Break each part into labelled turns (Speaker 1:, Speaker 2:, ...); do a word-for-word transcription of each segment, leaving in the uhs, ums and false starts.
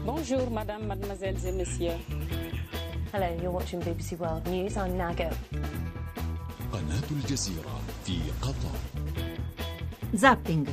Speaker 1: Bonjour, madame, mademoiselles et messieurs.
Speaker 2: Hello, you're watching B B C World News. I'm Nago.
Speaker 3: قناة الجزيرة في قطر.
Speaker 4: Zapping.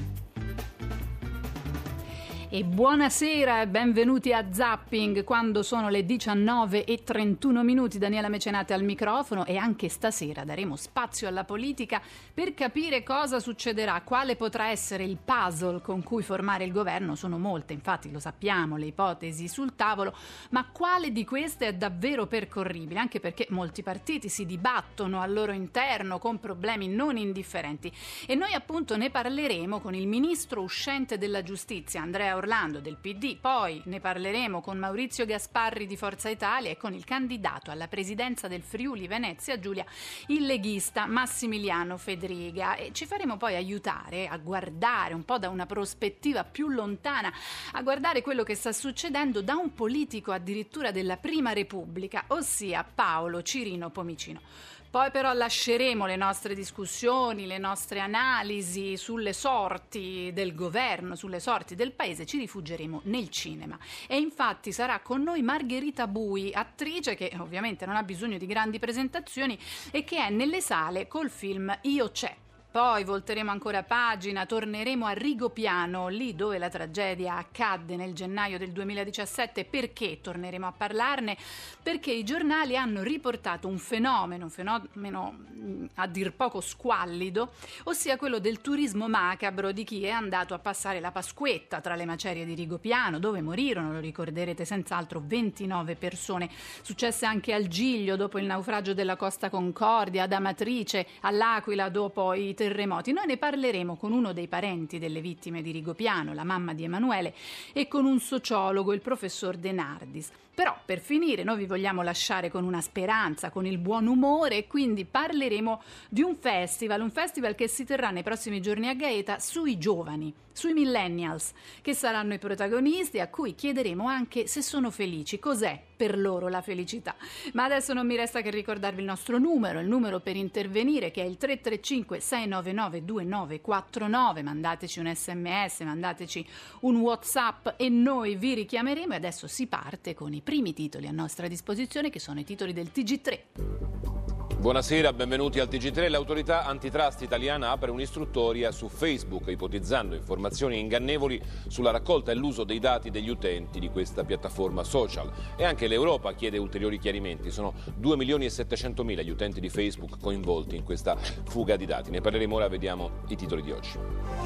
Speaker 5: E buonasera e benvenuti a Zapping quando sono le diciannove e trentuno minuti. Daniela Mecenate al microfono e anche stasera daremo spazio alla politica per capire cosa succederà, quale potrà essere il puzzle con cui formare il governo. Sono molte, infatti lo sappiamo, le ipotesi sul tavolo, ma quale di queste è davvero percorribile? Anche perché molti partiti si dibattono al loro interno con problemi non indifferenti e noi appunto ne parleremo con il ministro uscente della giustizia Andrea Orlando del P D, poi ne parleremo con Maurizio Gasparri di Forza Italia e con il candidato alla presidenza del Friuli Venezia Giulia, il leghista Massimiliano Fedriga, e ci faremo poi aiutare a guardare un po' da una prospettiva più lontana, a guardare quello che sta succedendo da un politico addirittura della Prima Repubblica, ossia Paolo Cirino Pomicino. Poi però lasceremo le nostre discussioni, le nostre analisi sulle sorti del governo, sulle sorti del paese, ci rifuggeremo nel cinema. E infatti sarà con noi Margherita Bui, attrice che ovviamente non ha bisogno di grandi presentazioni e che è nelle sale col film Io c'è. Poi volteremo ancora pagina, torneremo a Rigopiano, lì dove la tragedia accadde nel gennaio del duemiladiciassette. Perché torneremo a parlarne? Perché i giornali hanno riportato un fenomeno, un fenomeno a dir poco squallido, ossia quello del turismo macabro di chi è andato a passare la Pasquetta tra le macerie di Rigopiano, dove morirono, lo ricorderete senz'altro, ventinove persone. Successe anche al Giglio dopo il naufragio della Costa Concordia, ad Amatrice, all'Aquila dopo i terremoti. Noi ne parleremo con uno dei parenti delle vittime di Rigopiano, la mamma di Emanuele, e con un sociologo, il professor De Nardis. Però per finire noi vi vogliamo lasciare con una speranza, con il buon umore, e quindi parleremo di un festival, un festival che si terrà nei prossimi giorni a Gaeta sui giovani, sui millennials, che saranno i protagonisti, a cui chiederemo anche se sono felici, cos'è per loro la felicità. Ma adesso non mi resta che ricordarvi il nostro numero, il numero per intervenire, che è il tre tre cinque sei nove nove due nove quattro nove. Mandateci un sms, mandateci un WhatsApp e noi vi richiameremo. E adesso si parte con i primi titoli a nostra disposizione, che sono i titoli del T G tre.
Speaker 6: Buonasera, benvenuti al T G tre. L'autorità antitrust italiana apre un'istruttoria su Facebook ipotizzando informazioni ingannevoli sulla raccolta e l'uso dei dati degli utenti di questa piattaforma social. E anche l'Europa chiede ulteriori chiarimenti. Sono due milioni e settecentomila gli utenti di Facebook coinvolti in questa fuga di dati. Ne parleremo ora, vediamo i titoli di oggi.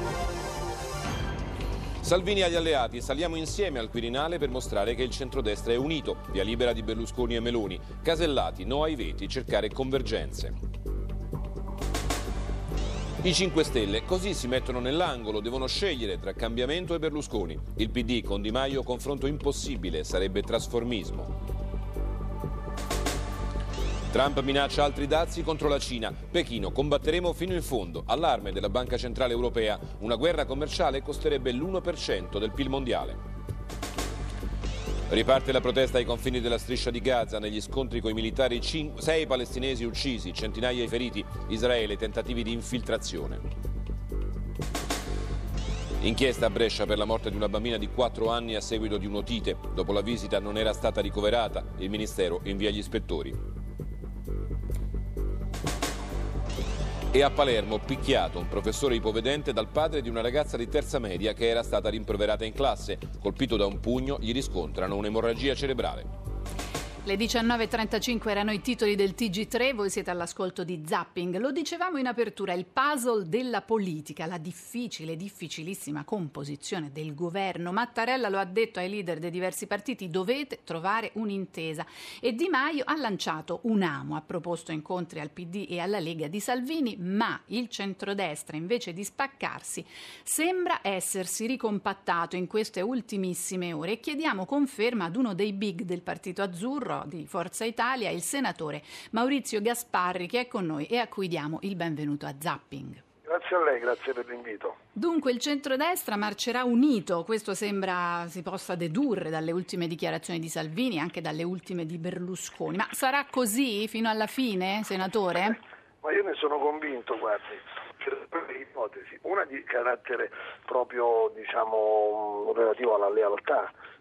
Speaker 6: Salvini agli alleati, saliamo insieme al Quirinale per mostrare che il centrodestra è unito. Via libera di Berlusconi e Meloni. Casellati, no ai veti, cercare convergenze. I cinque Stelle, così si mettono nell'angolo, devono scegliere tra cambiamento e Berlusconi. Il P D con Di Maio, confronto impossibile, sarebbe trasformismo. Trump minaccia altri dazi contro la Cina. Pechino, combatteremo fino in fondo. Allarme della Banca Centrale Europea. Una guerra commerciale costerebbe l'uno per cento del P I L mondiale. Riparte la protesta ai confini della striscia di Gaza. Negli scontri coi militari, sei palestinesi uccisi, centinaia i feriti. Israele, tentativi di infiltrazione. Inchiesta a Brescia per la morte di una bambina di quattro anni a seguito di un'otite. Dopo la visita non era stata ricoverata. Il Ministero invia gli ispettori. E a Palermo, picchiato un professore ipovedente dal padre di una ragazza di terza media che era stata rimproverata in classe. Colpito da un pugno, gli riscontrano un'emorragia cerebrale.
Speaker 5: Le diciannove e trentacinque erano i titoli del T G tre, voi siete all'ascolto di Zapping. Lo dicevamo in apertura, il puzzle della politica, la difficile, difficilissima composizione del governo. Mattarella lo ha detto ai leader dei diversi partiti, dovete trovare un'intesa. E Di Maio ha lanciato un amo, ha proposto incontri al P D e alla Lega di Salvini, ma il centrodestra, invece di spaccarsi, sembra essersi ricompattato in queste ultimissime ore. E chiediamo conferma ad uno dei big del Partito Azzurro, di Forza Italia, il senatore Maurizio Gasparri, che è con noi e a cui diamo il benvenuto a Zapping.
Speaker 7: Grazie a lei, grazie per l'invito.
Speaker 5: Dunque il centrodestra marcerà unito, questo sembra si possa dedurre dalle ultime dichiarazioni di Salvini, anche dalle ultime di Berlusconi. Ma sarà così fino alla fine, senatore?
Speaker 7: Ma io ne sono convinto, guardi, per due ipotesi. Una di carattere proprio, diciamo, relativo alla lealtà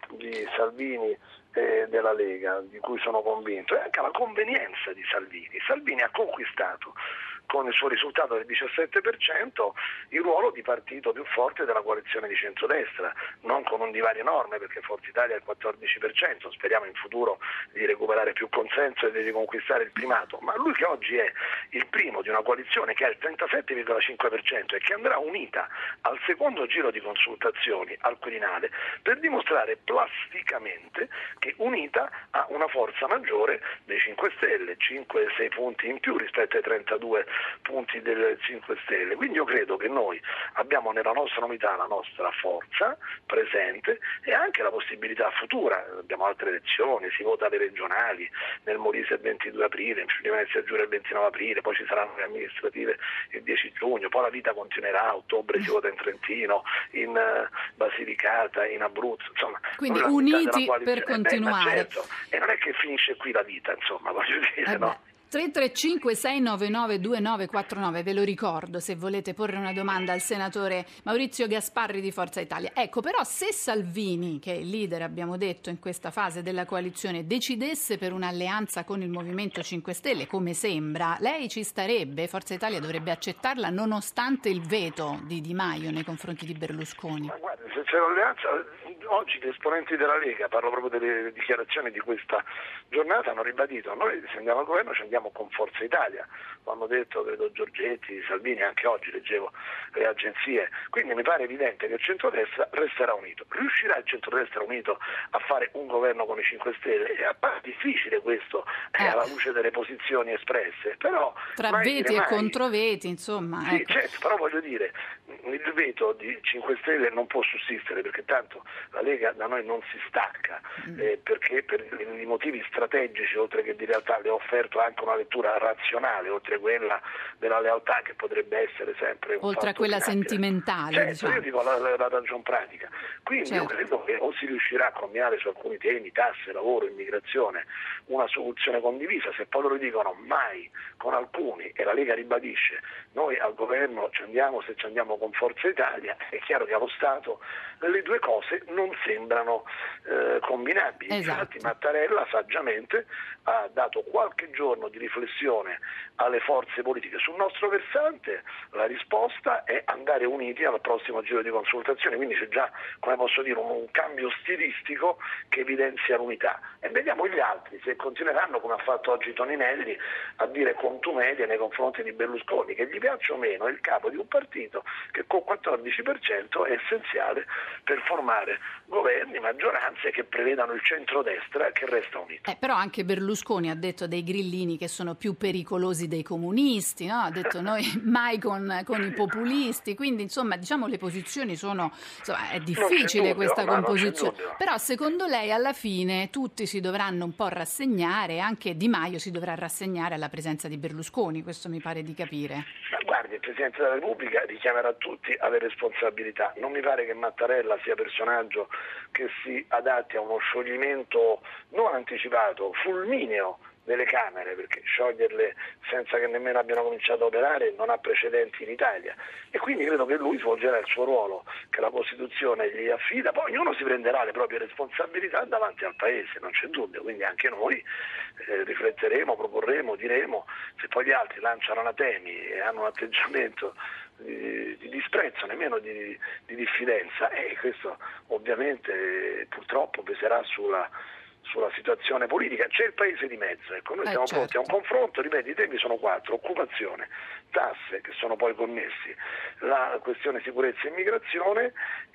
Speaker 7: di Salvini e della Lega, di cui sono convinto, e anche la convenienza di Salvini. Salvini ha conquistato con il suo risultato del diciassette per cento il ruolo di partito più forte della coalizione di centrodestra, non con un divario enorme perché Forza Italia è il quattordici per cento, speriamo in futuro di recuperare più consenso e di riconquistare il primato, ma lui che oggi è il primo di una coalizione che ha il trentasette virgola cinque per cento e che andrà unita al secondo giro di consultazioni al Quirinale per dimostrare plasticamente che unita ha una forza maggiore dei cinque Stelle, cinque sei punti in più rispetto ai trentadue punti del cinque Stelle. Quindi io credo che noi abbiamo nella nostra unità la nostra forza presente e anche la possibilità futura. Abbiamo altre elezioni, si vota alle regionali, nel Molise il ventidue aprile, in Friuli Venezia Giulia il ventinove aprile, poi ci saranno le amministrative il dieci giugno, poi la vita continuerà, a ottobre si vota in Trentino, in Basilicata, in Abruzzo, insomma.
Speaker 5: Quindi uniti per continuare.
Speaker 7: Eh, certo. E non è che finisce qui la vita, insomma, voglio dire,
Speaker 5: eh
Speaker 7: no?
Speaker 5: tre tre cinque sei nove nove due nove quattro nove, ve lo ricordo se volete porre una domanda al senatore Maurizio Gasparri di Forza Italia. Ecco, però se Salvini, che è il leader, abbiamo detto, in questa fase della coalizione, decidesse per un'alleanza con il Movimento cinque Stelle, come sembra, lei ci starebbe? Forza Italia dovrebbe accettarla nonostante il veto di Di Maio nei confronti di Berlusconi?
Speaker 7: Ma guarda, se c'è l'alleanza, oggi gli esponenti della Lega, parlo proprio delle dichiarazioni di questa giornata, hanno ribadito: noi se andiamo al governo ci andiamo con Forza Italia, lo hanno detto credo Giorgetti, Salvini, anche oggi leggevo le agenzie, quindi mi pare evidente che il centrodestra resterà unito. Riuscirà il centrodestra unito a fare un governo con i cinque Stelle? È difficile questo, eh. alla luce delle posizioni espresse, però
Speaker 5: tra veti e controveti, insomma.
Speaker 7: Sì,
Speaker 5: ecco.
Speaker 7: certo, però voglio dire, il veto di cinque Stelle non può sussistere perché tanto la Lega da noi non si stacca, mm. eh, perché per i motivi strategici, oltre che di realtà, le ho offerto anche una lettura razionale, oltre a quella della lealtà che potrebbe essere sempre un
Speaker 5: oltre a quella
Speaker 7: opinabile.
Speaker 5: Sentimentale,
Speaker 7: certo,
Speaker 5: diciamo. Io
Speaker 7: dico la, la, la ragion pratica, quindi certo. io credo che o si riuscirà a combinare su alcuni temi, tasse, lavoro, immigrazione, una soluzione condivisa. Se poi loro dicono mai con alcuni e la Lega ribadisce noi al governo ci andiamo se ci andiamo con Forza Italia, è chiaro che allo Stato le due cose non sembrano eh, combinabili.
Speaker 5: Esatto.
Speaker 7: Infatti Mattarella saggiamente ha dato qualche giorno di riflessione alle forze politiche. Sul nostro versante la risposta è andare uniti al prossimo giro di consultazioni, quindi c'è già, come posso dire, un, un cambio stilistico che evidenzia l'unità. E vediamo gli altri se continueranno, come ha fatto oggi Toninelli, a dire contumedie nei confronti di Berlusconi, che gli piaccia o meno è il capo di un partito che con quattordici per cento è essenziale per formare governi, maggioranze che prevedano il centrodestra che resta unito.
Speaker 5: Eh, però anche Berlusconi ha detto dei grillini che sono più pericolosi dei comunisti, no? Ha detto noi mai con, con i populisti, quindi insomma diciamo le posizioni sono, insomma, è difficile
Speaker 7: dubbio,
Speaker 5: questa composizione,
Speaker 7: dubbio.
Speaker 5: Però secondo lei alla fine tutti si dovranno un po' rassegnare, anche Di Maio si dovrà rassegnare alla presenza di Berlusconi, questo mi pare di capire.
Speaker 7: Ma guardi, il Presidente della Repubblica richiamerà tutti alle responsabilità, non mi pare che Mattarella sia personaggio che si adatti a uno scioglimento non anticipato, fulmineo delle Camere, perché scioglierle senza che nemmeno abbiano cominciato a operare non ha precedenti in Italia, e quindi credo che lui svolgerà il suo ruolo che la Costituzione gli affida, poi ognuno si prenderà le proprie responsabilità davanti al Paese, non c'è dubbio, quindi anche noi eh, rifletteremo, proporremo, diremo. Se poi gli altri lanciano anatemi e hanno un atteggiamento di, di disprezzo, nemmeno di, di diffidenza, e questo ovviamente purtroppo peserà sulla sulla situazione politica. C'è il Paese di mezzo, ecco, noi
Speaker 5: eh,
Speaker 7: siamo
Speaker 5: certo.
Speaker 7: pronti a un confronto, ripeto, i temi sono quattro: occupazione, tasse che sono poi connessi, la questione sicurezza e immigrazione,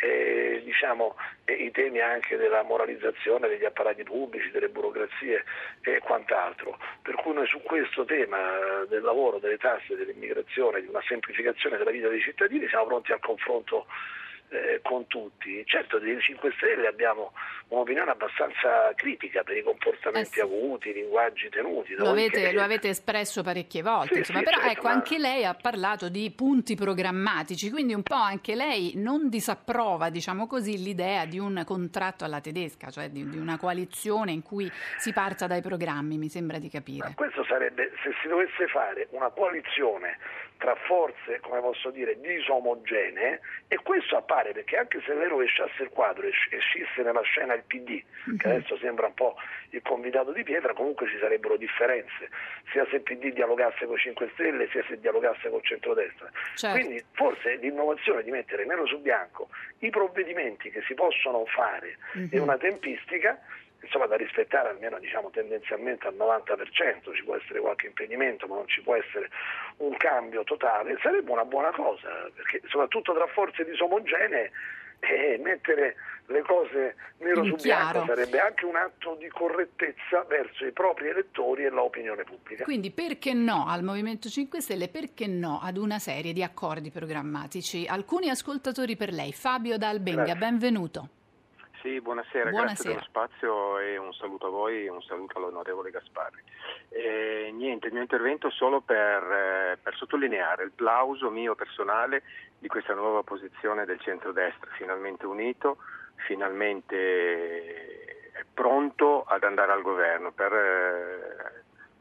Speaker 7: e, diciamo, e i temi anche della moralizzazione degli apparati pubblici, delle burocrazie e quant'altro, per cui noi su questo tema del lavoro, delle tasse, dell'immigrazione, di una semplificazione della vita dei cittadini siamo pronti al confronto Eh, con tutti. Certo, dei cinque Stelle abbiamo un'opinione abbastanza critica per i comportamenti
Speaker 5: eh sì.
Speaker 7: avuti, i linguaggi tenuti.
Speaker 5: Lo avete, lo avete espresso parecchie volte,
Speaker 7: sì,
Speaker 5: insomma.
Speaker 7: sì,
Speaker 5: però
Speaker 7: certo,
Speaker 5: ecco,
Speaker 7: ma...
Speaker 5: anche lei ha parlato di punti programmatici, quindi un po' anche lei non disapprova, diciamo così, l'idea di un contratto alla tedesca, cioè di, di una coalizione in cui si parta dai programmi, mi sembra di capire.
Speaker 7: Ma questo sarebbe se si dovesse fare una coalizione tra forze, come posso dire, disomogenee, e questo appare perché anche se lei rovesciasse il quadro e uscisse nella scena il P D, che adesso sembra un po' il convitato di pietra, comunque ci sarebbero differenze, sia se il P D dialogasse con i cinque Stelle, sia se dialogasse col centrodestra.
Speaker 5: Certo.
Speaker 7: Quindi forse l'innovazione di mettere nero su bianco i provvedimenti che si possono fare mm-hmm. e una tempistica, insomma, da rispettare almeno, diciamo, tendenzialmente al novanta per cento, ci può essere qualche impedimento ma non ci può essere un cambio totale, sarebbe una buona cosa, perché soprattutto tra forze disomogenee eh, mettere le cose nero su bianco sarebbe anche un atto di correttezza verso i propri elettori e l'opinione pubblica.
Speaker 5: Quindi perché no al Movimento cinque Stelle, perché no ad una serie di accordi programmatici? Alcuni ascoltatori per lei. Fabio da Albenga, Grazie. Benvenuto.
Speaker 8: Sì, buonasera,
Speaker 5: buonasera,
Speaker 8: grazie dello spazio e un saluto a voi e un saluto all'onorevole Gasparri. Eh, niente, il mio intervento solo per, eh, per sottolineare il plauso mio personale di questa nuova posizione del centrodestra, finalmente unito, finalmente pronto ad andare al governo per... Eh,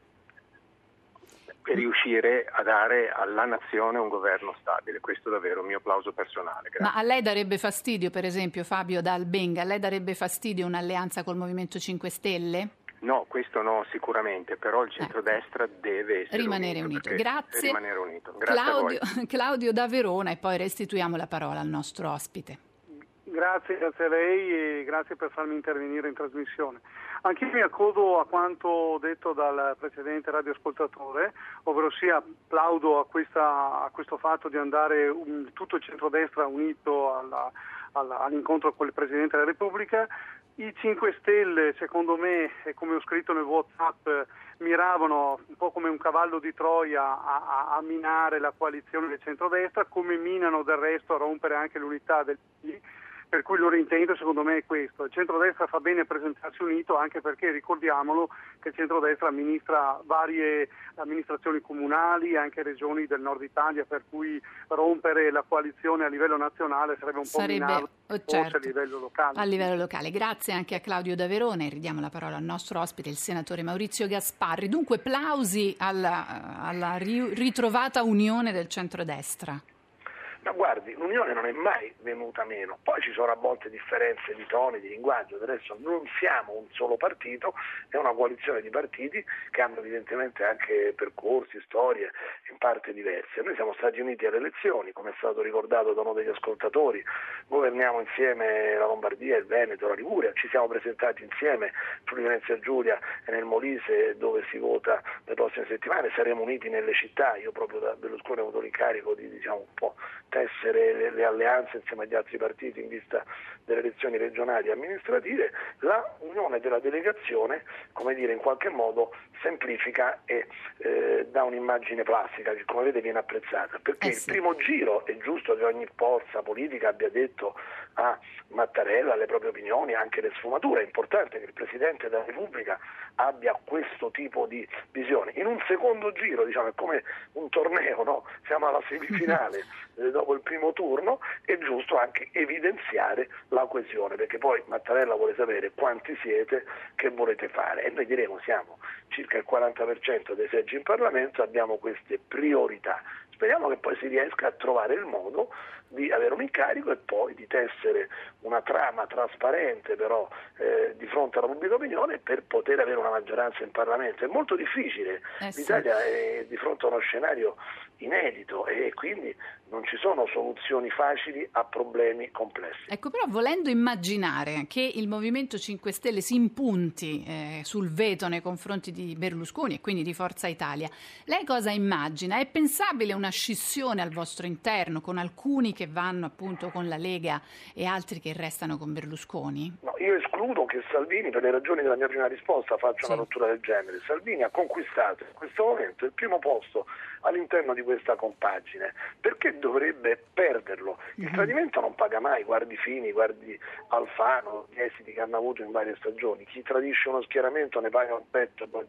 Speaker 8: per riuscire a dare alla nazione un governo stabile. Questo è davvero il mio applauso personale. Grazie.
Speaker 5: Ma a lei darebbe fastidio, per esempio, Fabio da Albenga, a lei darebbe fastidio un'alleanza col Movimento cinque Stelle?
Speaker 8: No, questo no sicuramente, però il centrodestra ecco. deve essere
Speaker 5: rimanere
Speaker 8: unito.
Speaker 5: unito. Grazie.
Speaker 8: Rimanere unito. Grazie
Speaker 5: Claudio,
Speaker 8: a voi.
Speaker 5: Claudio da Verona, e poi restituiamo la parola al nostro ospite.
Speaker 9: Grazie, grazie a lei e grazie per farmi intervenire in trasmissione. Anch'io mi accodo a quanto detto dal precedente radioascoltatore, ovvero sia plaudo a, questa, a questo fatto di andare un, tutto il centrodestra unito alla, alla, all'incontro con il Presidente della Repubblica. I cinque Stelle, secondo me, e come ho scritto nel WhatsApp, miravano un po' come un cavallo di Troia a, a, a minare la coalizione del centrodestra, come minano del resto a rompere anche l'unità del P D. Per cui il loro intento secondo me è questo. Il centrodestra fa bene a presentarsi unito, anche perché ricordiamolo che il centrodestra amministra varie amministrazioni comunali, anche regioni del nord Italia, per cui rompere la coalizione a livello nazionale sarebbe un
Speaker 5: sarebbe,
Speaker 9: po' minarlo
Speaker 5: oh, certo,
Speaker 9: a livello locale.
Speaker 5: A livello locale. Grazie anche a Claudio da Verona e ridiamo la parola al nostro ospite, il senatore Maurizio Gasparri. Dunque plausi alla, alla ritrovata unione del centrodestra.
Speaker 7: Ma guardi, l'unione non è mai venuta meno, poi ci sono a volte differenze di toni, di linguaggio, adesso non siamo un solo partito, è una coalizione di partiti che hanno evidentemente anche percorsi, storie in parte diverse. Noi siamo stati uniti alle elezioni, come è stato ricordato da uno degli ascoltatori, governiamo insieme la Lombardia, il Veneto, la Liguria, ci siamo presentati insieme Friuli Venezia Giulia e nel Molise dove si vota le prossime settimane, saremo uniti nelle città, io proprio da Berlusconi ho avuto l'incarico di diciamo un po' tessere le, le alleanze insieme agli altri partiti in vista delle elezioni regionali e amministrative. La unione della delegazione, come dire, in qualche modo semplifica e eh, dà un'immagine plastica che come vede viene apprezzata, perché eh sì. il primo giro è giusto che ogni forza politica abbia detto a Mattarella le proprie opinioni, anche le sfumature, è importante che il Presidente della Repubblica abbia questo tipo di visione. In un secondo giro, diciamo, è come un torneo, no? Siamo alla semifinale eh, dopo il primo turno, è giusto anche evidenziare la coesione, perché poi Mattarella vuole sapere quanti siete, che volete fare, e noi diremo siamo circa il quaranta per cento dei seggi in Parlamento, abbiamo queste priorità. Speriamo che poi si riesca a trovare il modo di avere un incarico e poi di tessere una trama trasparente però eh, di fronte alla pubblica opinione per poter avere una maggioranza in Parlamento. È molto difficile, eh sì. l'Italia è di fronte a uno scenario inedito e quindi non ci sono soluzioni facili a problemi complessi.
Speaker 5: Ecco, però volendo immaginare che il Movimento cinque Stelle si impunti eh, sul veto nei confronti di Berlusconi e quindi di Forza Italia, lei cosa immagina? È pensabile una scissione al vostro interno con alcuni che vanno appunto con la Lega e altri che restano con Berlusconi?
Speaker 7: No, io escludo che Salvini, per le ragioni della mia prima risposta, faccia sì. una rottura del genere. Salvini ha conquistato in questo momento il primo posto all'interno di questa compagine, perché dovrebbe perderlo? Il mm-hmm. tradimento non paga mai, guardi Fini, guardi Alfano, gli esiti che hanno avuto in varie stagioni. Chi tradisce uno schieramento ne paga un petto e poi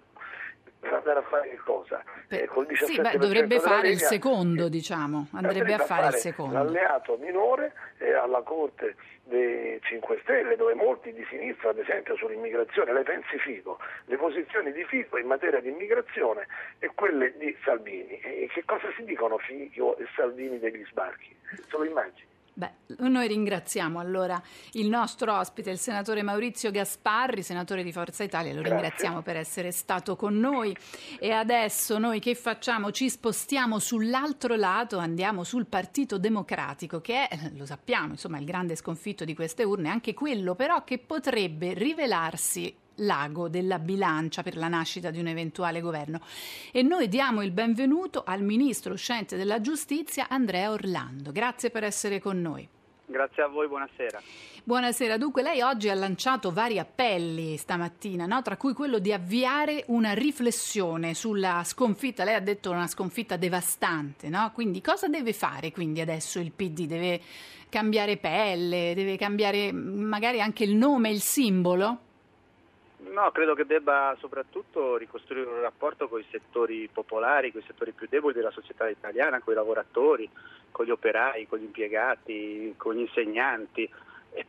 Speaker 7: per andare a fare che cosa?
Speaker 5: Eh, col sì, beh, dovrebbe fare Lega, il secondo, diciamo, andrebbe a fare, fare il secondo.
Speaker 7: L'alleato minore eh, alla Corte dei cinque Stelle, dove molti di sinistra, ad esempio sull'immigrazione, le pensi Fico, le posizioni di Fico in materia di immigrazione e quelle di Salvini. E che cosa si dicono Fico e Salvini degli sbarchi? Se lo immagini?
Speaker 5: Beh, noi ringraziamo allora il nostro ospite, il senatore Maurizio Gasparri, senatore di Forza Italia, lo
Speaker 7: Grazie.
Speaker 5: ringraziamo per essere stato con noi. E adesso noi che facciamo? Ci spostiamo sull'altro lato, andiamo sul Partito Democratico, che è, lo sappiamo, insomma, il grande sconfitto di queste urne, anche quello però che potrebbe rivelarsi l'ago della bilancia per la nascita di un eventuale governo. E noi diamo il benvenuto al ministro uscente della giustizia Andrea Orlando. Grazie per essere con noi.
Speaker 10: Grazie a voi, buonasera.
Speaker 5: Buonasera, dunque lei oggi ha lanciato vari appelli stamattina, no? Tra cui quello di avviare una riflessione sulla sconfitta, lei ha detto una sconfitta devastante, no? Quindi cosa deve fare quindi adesso il P D? Deve cambiare pelle, deve cambiare magari anche il nome, il simbolo?
Speaker 10: No, credo che debba soprattutto ricostruire un rapporto con i settori popolari, con i settori più deboli della società italiana, con i lavoratori, con gli operai, con gli impiegati, con gli insegnanti, e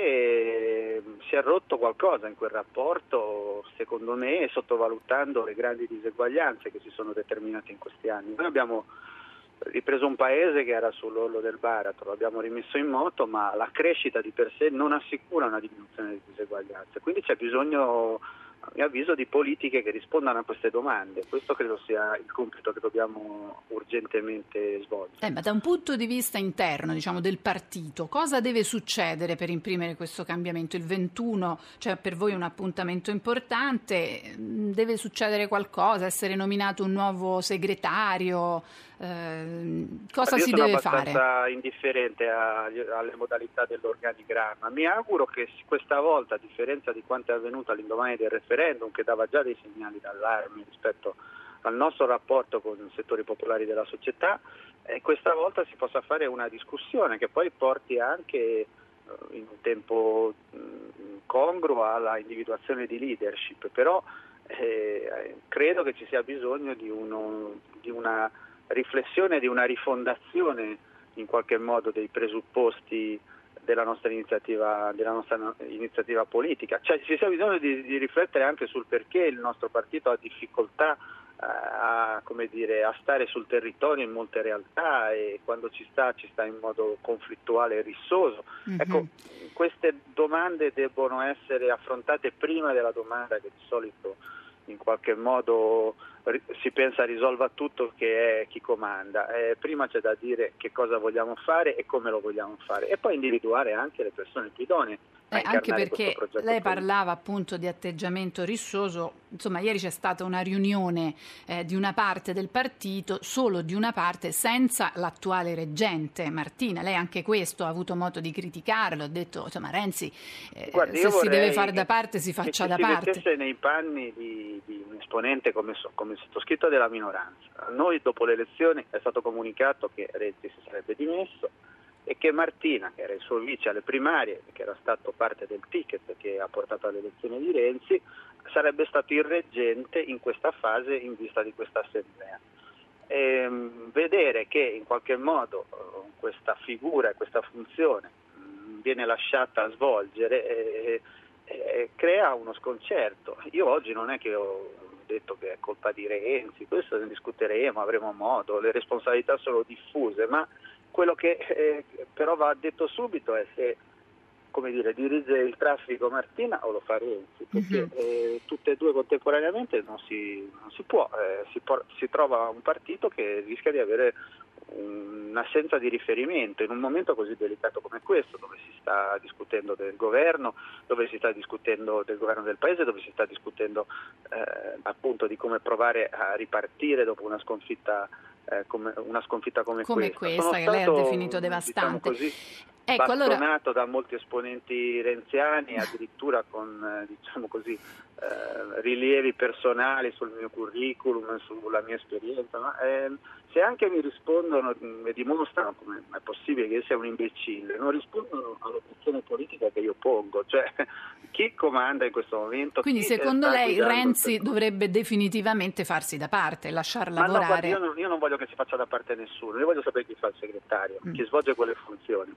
Speaker 10: perché si è rotto qualcosa in quel rapporto, secondo me, sottovalutando le grandi diseguaglianze che si sono determinate in questi anni. Noi abbiamo ripreso un paese che era sull'orlo del baratro, lo abbiamo rimesso in moto, ma la crescita di per sé non assicura una diminuzione delle diseguaglianze, quindi c'è bisogno, a mio avviso, di politiche che rispondano a queste domande. Questo credo sia il compito che dobbiamo urgentemente svolgere.
Speaker 5: Eh, ma da un punto di vista interno, diciamo, del partito, cosa deve succedere per imprimere questo cambiamento? Il ventuno, cioè per voi un appuntamento importante, deve succedere qualcosa, essere nominato un nuovo segretario? Eh, cosa
Speaker 10: Io
Speaker 5: si
Speaker 10: sono
Speaker 5: deve fare?
Speaker 10: Sono abbastanza indifferente a, alle modalità dell'organigramma. Mi auguro che questa volta, a differenza di quanto è avvenuto all'indomani del referendum, che dava già dei segnali d'allarme rispetto al nostro rapporto con i settori popolari della società, eh, questa volta si possa fare una discussione che poi porti anche eh, in un tempo mh, congruo alla individuazione di leadership. Però eh, credo che ci sia bisogno di, uno, di una riflessione, di una rifondazione in qualche modo dei presupposti della nostra iniziativa, della nostra iniziativa politica. Cioè ci sia bisogno di, di riflettere anche sul perché il nostro partito ha difficoltà eh, a, come dire, a stare sul territorio in molte realtà, e quando ci sta ci sta in modo conflittuale e rissoso. Mm-hmm. Ecco, queste domande debbono essere affrontate prima della domanda che di solito in qualche modo si pensa risolva tutto, che è chi comanda. Eh, prima c'è da dire che cosa vogliamo fare e come lo vogliamo fare, e poi individuare anche le persone più idonee.
Speaker 5: Eh, anche perché lei parlava appunto di atteggiamento rissoso. Insomma, ieri c'è stata una riunione eh, di una parte del partito, solo di una parte, senza l'attuale reggente Martina. Lei anche questo ha avuto modo di criticarlo, ha detto, insomma, Renzi eh, Guardi, se si deve fare da parte si faccia da parte.
Speaker 10: Se si mettesse nei panni di, di un esponente come, so, come il sottoscritto della minoranza, a noi dopo le elezioni è stato comunicato che Renzi si sarebbe dimesso e che Martina, che era il suo vice alle primarie, che era stato parte del ticket che ha portato alle elezioni di Renzi, sarebbe stato il reggente in questa fase in vista di questa assemblea. E, vedere che in qualche modo questa figura e questa funzione viene lasciata svolgere eh, eh, crea uno sconcerto. Io oggi non è che ho detto che è colpa di Renzi, questo ne discuteremo, avremo modo, le responsabilità sono diffuse, ma quello che eh, però va detto subito è se, come dire, dirige il traffico Martina o lo fa Renzi, perché uh-huh. eh, tutte e due contemporaneamente non si, non si può, eh, si, por- si trova un partito che rischia di avere un'assenza di riferimento in un momento così delicato come questo, dove si sta discutendo del governo, dove si sta discutendo del governo del paese, dove si sta discutendo eh, appunto di come provare a ripartire dopo una sconfitta eh, come una sconfitta come,
Speaker 5: come
Speaker 10: questa,
Speaker 5: questa che
Speaker 10: stato,
Speaker 5: lei ha definito devastante.
Speaker 10: Diciamo così,
Speaker 5: ecco,
Speaker 10: bastonato
Speaker 5: allora...
Speaker 10: da molti esponenti renziani, addirittura con eh, diciamo così eh, rilievi personali sul mio curriculum, sulla mia esperienza, ma eh, se anche mi rispondono e dimostrano come è possibile che io sia un imbecille, non rispondono all'opzione politica che io pongo, cioè chi comanda in questo momento.
Speaker 5: Quindi secondo lei Renzi dovrebbe definitivamente farsi da parte, lasciar lavorare?
Speaker 10: Ma no, guardi, io, non, io non voglio che si faccia da parte nessuno, io voglio sapere chi fa il segretario, mm. chi svolge quelle funzioni, poi che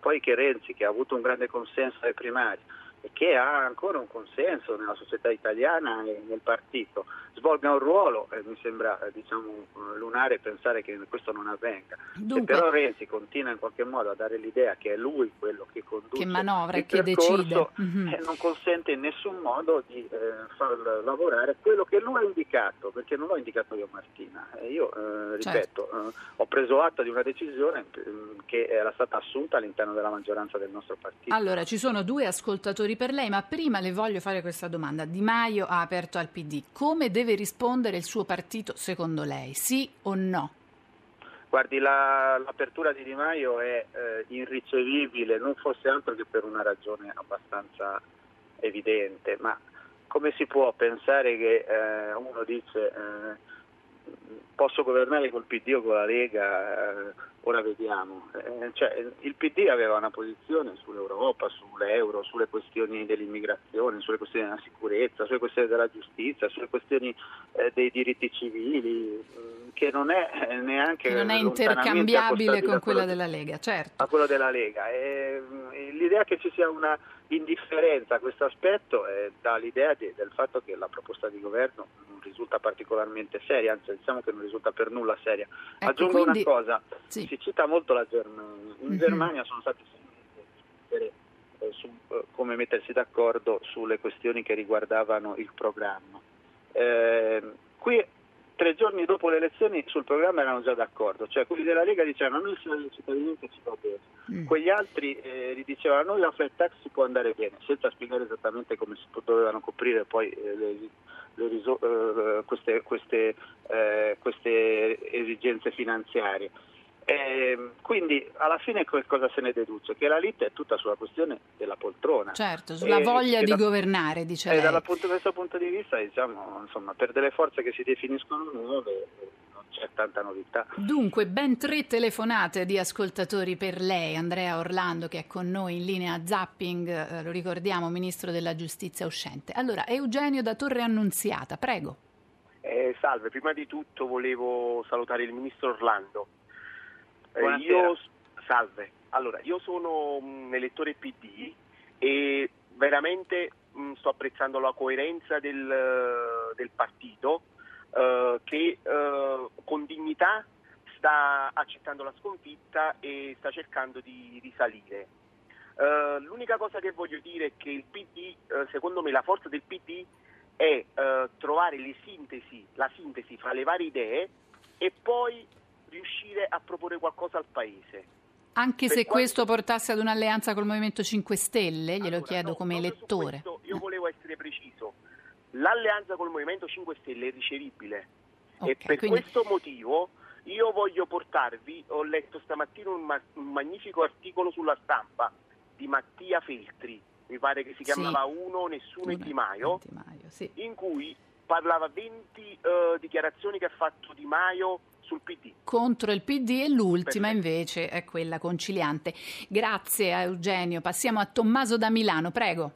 Speaker 10: Renzi, che ha avuto un grande consenso alle primarie e che ha ancora un consenso nella società italiana e nel partito, svolga un ruolo, eh, mi sembra eh, diciamo lunare pensare che questo non avvenga.
Speaker 5: Dunque,
Speaker 10: se però Renzi continua in qualche modo a dare l'idea che è lui quello che conduce,
Speaker 5: che manovra e che
Speaker 10: percorso,
Speaker 5: decide, mm-hmm.
Speaker 10: eh, non consente in nessun modo di eh, far lavorare quello che lui ha indicato, perché non l'ho indicato io Martina, eh, io eh, ripeto, certo. eh, ho preso atto di una decisione eh, che era stata assunta all'interno della maggioranza del nostro partito.
Speaker 5: Allora, ci sono due ascoltatori per lei, ma prima le voglio fare questa domanda. Di Maio ha aperto al P D, come deve rispondere il suo partito secondo lei, sì o no?
Speaker 10: Guardi, la, l'apertura di Di Maio è eh, irricevibile, non fosse altro che per una ragione abbastanza evidente, ma come si può pensare che eh, uno dice eh, posso governare col P D o con la Lega, eh, ora vediamo. Eh, cioè, il P D aveva una posizione sull'Europa, sull'euro, sulle questioni dell'immigrazione, sulle questioni della sicurezza, sulle questioni della giustizia, sulle questioni eh, dei diritti civili, mh, che non è eh, neanche
Speaker 5: che non è intercambiabile con quella della Lega, certo.
Speaker 10: A quello della Lega. E, l'idea che ci sia una indifferenza a questo aspetto è dà l'idea di, del fatto che la proposta di governo non risulta particolarmente seria, anzi diciamo che non risulta per nulla seria.
Speaker 5: Ecco,
Speaker 10: Aggiungo
Speaker 5: quindi,
Speaker 10: una cosa,
Speaker 5: sì.
Speaker 10: si cita molto la Germania, in mm-hmm. Germania sono stati eh, su eh, come mettersi d'accordo sulle questioni che riguardavano il programma. Eh, qui tre giorni dopo le elezioni sul programma erano già d'accordo, cioè quelli della Lega dicevano a noi il cittadinanza ci va bene, mm. quegli altri eh, gli dicevano a noi la flat tax si può andare bene, senza spiegare esattamente come si dovevano coprire poi eh, le, le riso- eh, queste, queste, eh, queste esigenze finanziarie. Eh, quindi alla fine cosa se ne deduce? Che la lite è tutta sulla questione della poltrona.
Speaker 5: Certo, sulla
Speaker 10: eh,
Speaker 5: voglia di
Speaker 10: da,
Speaker 5: governare, dice
Speaker 10: eh,
Speaker 5: lei.
Speaker 10: Dal punto, questo punto di vista, diciamo, insomma, per delle forze che si definiscono nuove non c'è tanta novità.
Speaker 5: Dunque, ben tre telefonate di ascoltatori per lei. Andrea Orlando, che è con noi in linea Zapping, eh, lo ricordiamo, ministro della giustizia uscente. Allora, Eugenio da Torre Annunziata, prego.
Speaker 11: Eh, salve, prima di tutto volevo salutare il ministro Orlando.
Speaker 10: Eh,
Speaker 11: io, salve, allora io sono un elettore P D e veramente mh, sto apprezzando la coerenza del, del partito eh, che eh, con dignità sta accettando la sconfitta e sta cercando di risalire. Uh, l'unica cosa che voglio dire è che il P D, uh, secondo me la forza del P D è uh, trovare le sintesi, la sintesi fra le varie idee e poi riuscire a proporre qualcosa al Paese.
Speaker 5: Anche
Speaker 11: per
Speaker 5: se
Speaker 11: quanto...
Speaker 5: questo portasse ad un'alleanza col Movimento cinque Stelle, glielo
Speaker 11: allora,
Speaker 5: chiedo
Speaker 11: no,
Speaker 5: come elettore.
Speaker 11: Questo, io volevo essere preciso. L'alleanza col Movimento cinque Stelle è ricevibile okay, e per
Speaker 5: quindi...
Speaker 11: questo motivo io voglio portarvi, ho letto stamattina un, ma- un magnifico articolo sulla Stampa di Mattia Feltri, mi pare che si chiamava sì. Uno, Nessuno e Di Maio,
Speaker 5: Di Maio sì.
Speaker 11: in cui parlava venti uh, dichiarazioni che ha fatto Di Maio sul P D.
Speaker 5: Contro il P D e l'ultima
Speaker 11: Perfetto.
Speaker 5: Invece è quella conciliante. Grazie a Eugenio. Passiamo a Tommaso da Milano, prego.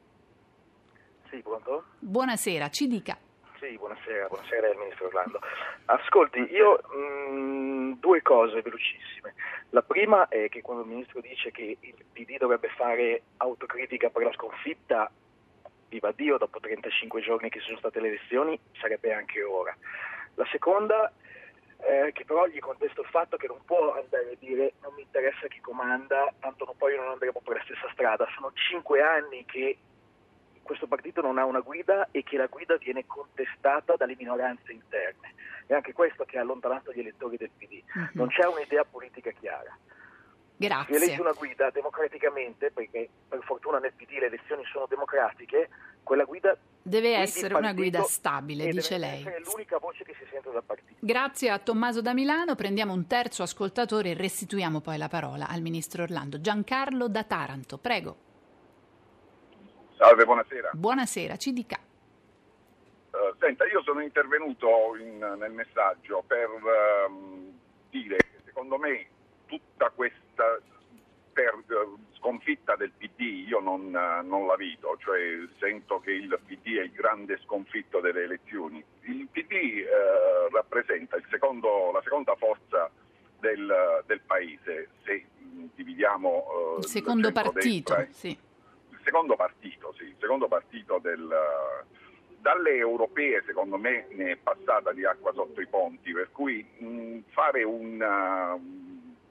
Speaker 12: Sì, pronto?
Speaker 5: Buonasera, ci dica.
Speaker 12: Sì, buonasera, buonasera al Ministro Orlando. Ascolti, io mh, due cose velocissime. La prima è che quando il Ministro dice che il P D dovrebbe fare autocritica per la sconfitta, viva Dio, dopo trentacinque giorni che sono state le elezioni, sarebbe anche ora. La seconda è che però gli contesto il fatto che non può andare a dire non mi interessa chi comanda, tanto poi non andremo per la stessa strada. Sono cinque anni che questo partito non ha una guida e che la guida viene contestata dalle minoranze interne. È anche questo che ha allontanato gli elettori del P D. Mm-hmm. Non c'è un'idea politica chiara.
Speaker 5: Grazie.
Speaker 12: Si elegge una guida democraticamente, perché per fortuna nel P D le elezioni sono democratiche, quella guida
Speaker 5: deve essere una guida stabile, dice lei.
Speaker 12: È l'unica voce che si sente dal partito.
Speaker 5: Grazie a Tommaso da Milano, prendiamo un terzo ascoltatore e restituiamo poi la parola al Ministro Orlando. Giancarlo da Taranto, prego.
Speaker 13: Salve, buonasera.
Speaker 5: Buonasera, ci dica.
Speaker 13: Uh, senta, io sono intervenuto in, nel messaggio per uh, dire che secondo me tutta questa per, uh, sconfitta del P D io non, uh, non la vedo, cioè sento che il P D è il grande sconfitto delle elezioni. Il P D uh, rappresenta il secondo, la seconda forza del, del Paese, se dividiamo...
Speaker 5: il secondo partito,
Speaker 13: destra,
Speaker 5: sì.
Speaker 13: Il secondo partito, sì, il secondo partito del... Dalle europee secondo me ne è passata di acqua sotto i ponti, per cui mh, fare un...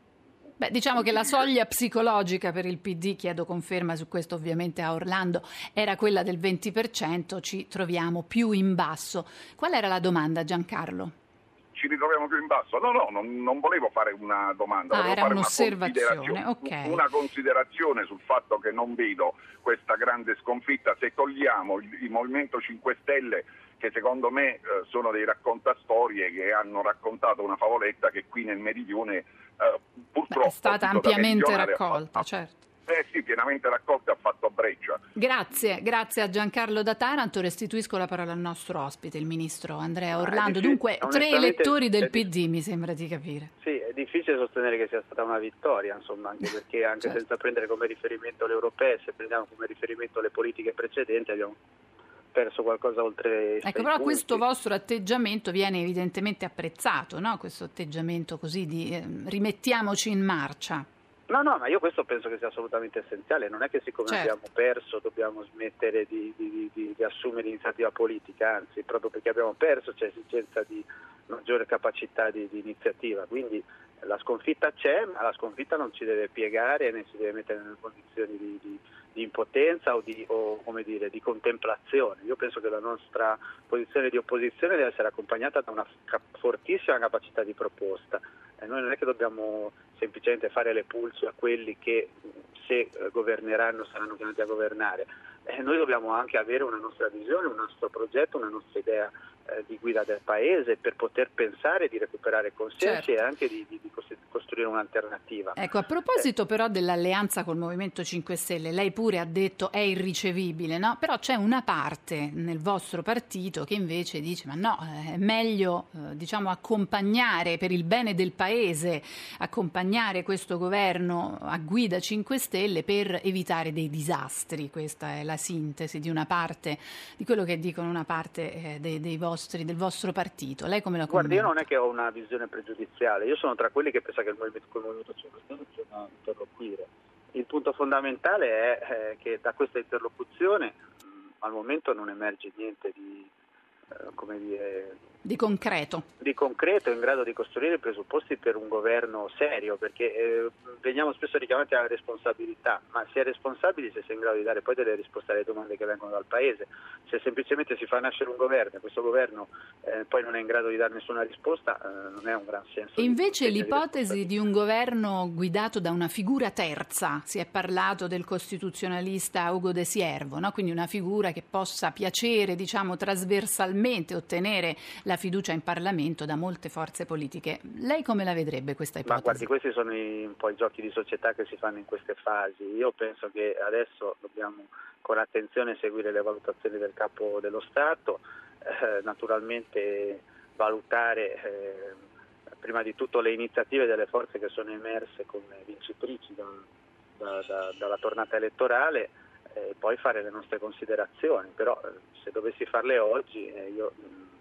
Speaker 5: Beh, diciamo che la soglia psicologica per il P D, chiedo conferma su questo ovviamente a Orlando, era quella del venti per cento, ci troviamo più in basso. Qual era la domanda, Giancarlo?
Speaker 13: Ci ritroviamo più in basso? No, no, non, non volevo fare una domanda,
Speaker 5: ah,
Speaker 13: volevo
Speaker 5: era
Speaker 13: fare
Speaker 5: un'osservazione,
Speaker 13: una considerazione,
Speaker 5: okay.
Speaker 13: una considerazione sul fatto che non vedo questa grande sconfitta. Se togliamo il, il Movimento cinque Stelle, che secondo me eh, sono dei raccontastorie che hanno raccontato una favoletta che qui nel Meridione eh, purtroppo... Beh,
Speaker 5: è stata ampiamente raccolta, certo.
Speaker 13: Eh sì, pienamente raccolta, ha fatto breccia.
Speaker 5: Grazie, grazie a Giancarlo da Taranto. Restituisco la parola al nostro ospite, il ministro Andrea Orlando. Dunque, tre elettori del P D, mi sembra di capire.
Speaker 10: Sì, è difficile sostenere che sia stata una vittoria, insomma, anche perché anche certo. senza prendere come riferimento le europee, se prendiamo come riferimento le politiche precedenti, abbiamo perso qualcosa oltre
Speaker 5: ecco, però
Speaker 10: punti.
Speaker 5: Questo vostro atteggiamento viene evidentemente apprezzato, no? Questo atteggiamento così di eh, rimettiamoci in marcia.
Speaker 10: No, no, ma io questo penso che sia assolutamente essenziale. Non è che siccome
Speaker 5: certo.
Speaker 10: abbiamo perso dobbiamo smettere di, di, di, di assumere iniziativa politica, anzi, proprio perché abbiamo perso c'è esigenza di maggiore capacità di, di iniziativa. Quindi la sconfitta c'è, ma la sconfitta non ci deve piegare né ci deve mettere nelle condizioni di, di, di impotenza o di, o, come dire, di contemplazione. Io penso che la nostra posizione di opposizione deve essere accompagnata da una fortissima capacità di proposta. E noi non è che dobbiamo semplicemente fare le pulce a quelli che se governeranno saranno chiamati a governare. Eh, noi dobbiamo anche avere una nostra visione, un nostro progetto, una nostra idea eh, di guida del Paese per poter pensare di recuperare consensi certo. e anche di, di, di costruire un'alternativa.
Speaker 5: Ecco, a proposito eh. però dell'alleanza col Movimento cinque Stelle, lei pure ha detto è irricevibile, no? Però c'è una parte nel vostro partito che invece dice ma no, è meglio eh, diciamo accompagnare per il bene del Paese, accompagnare questo governo a guida cinque Stelle per evitare dei disastri. Questa è la sintesi di una parte di quello che dicono una parte eh, dei, dei vostri, del vostro partito. Lei come la commenta?
Speaker 10: Guardi, io non è che ho una visione pregiudiziale, io sono tra quelli che pensa che il Movimento, il Movimento cinque Stelle bisogna interloquire. Il punto fondamentale è eh, che da questa interlocuzione mh, al momento non emerge niente di eh, come dire
Speaker 5: di concreto.
Speaker 10: Di concreto in grado di costruire i presupposti per un governo serio, perché eh, veniamo spesso richiamati alla responsabilità, ma si è responsabili se si è in grado di dare poi delle risposte alle domande che vengono dal Paese. Se semplicemente si fa nascere un governo e questo governo eh, poi non è in grado di dare nessuna risposta, eh, non è un gran senso.
Speaker 5: E invece l'ipotesi di un governo guidato da una figura terza, si è parlato del costituzionalista Ugo De Siervo, no? Quindi una figura che possa piacere, diciamo, trasversalmente, ottenere la fiducia in Parlamento da molte forze politiche. Lei come la vedrebbe questa ipotesi?
Speaker 10: Ma guardi, questi sono i, un po' i giochi di società che si fanno in queste fasi. Io penso che adesso dobbiamo con attenzione seguire le valutazioni del Capo dello Stato, eh, naturalmente valutare eh, prima di tutto le iniziative delle forze che sono emerse come vincitrici da, da, da, dalla tornata elettorale e poi fare le nostre considerazioni. Però eh, se dovessi farle oggi eh, io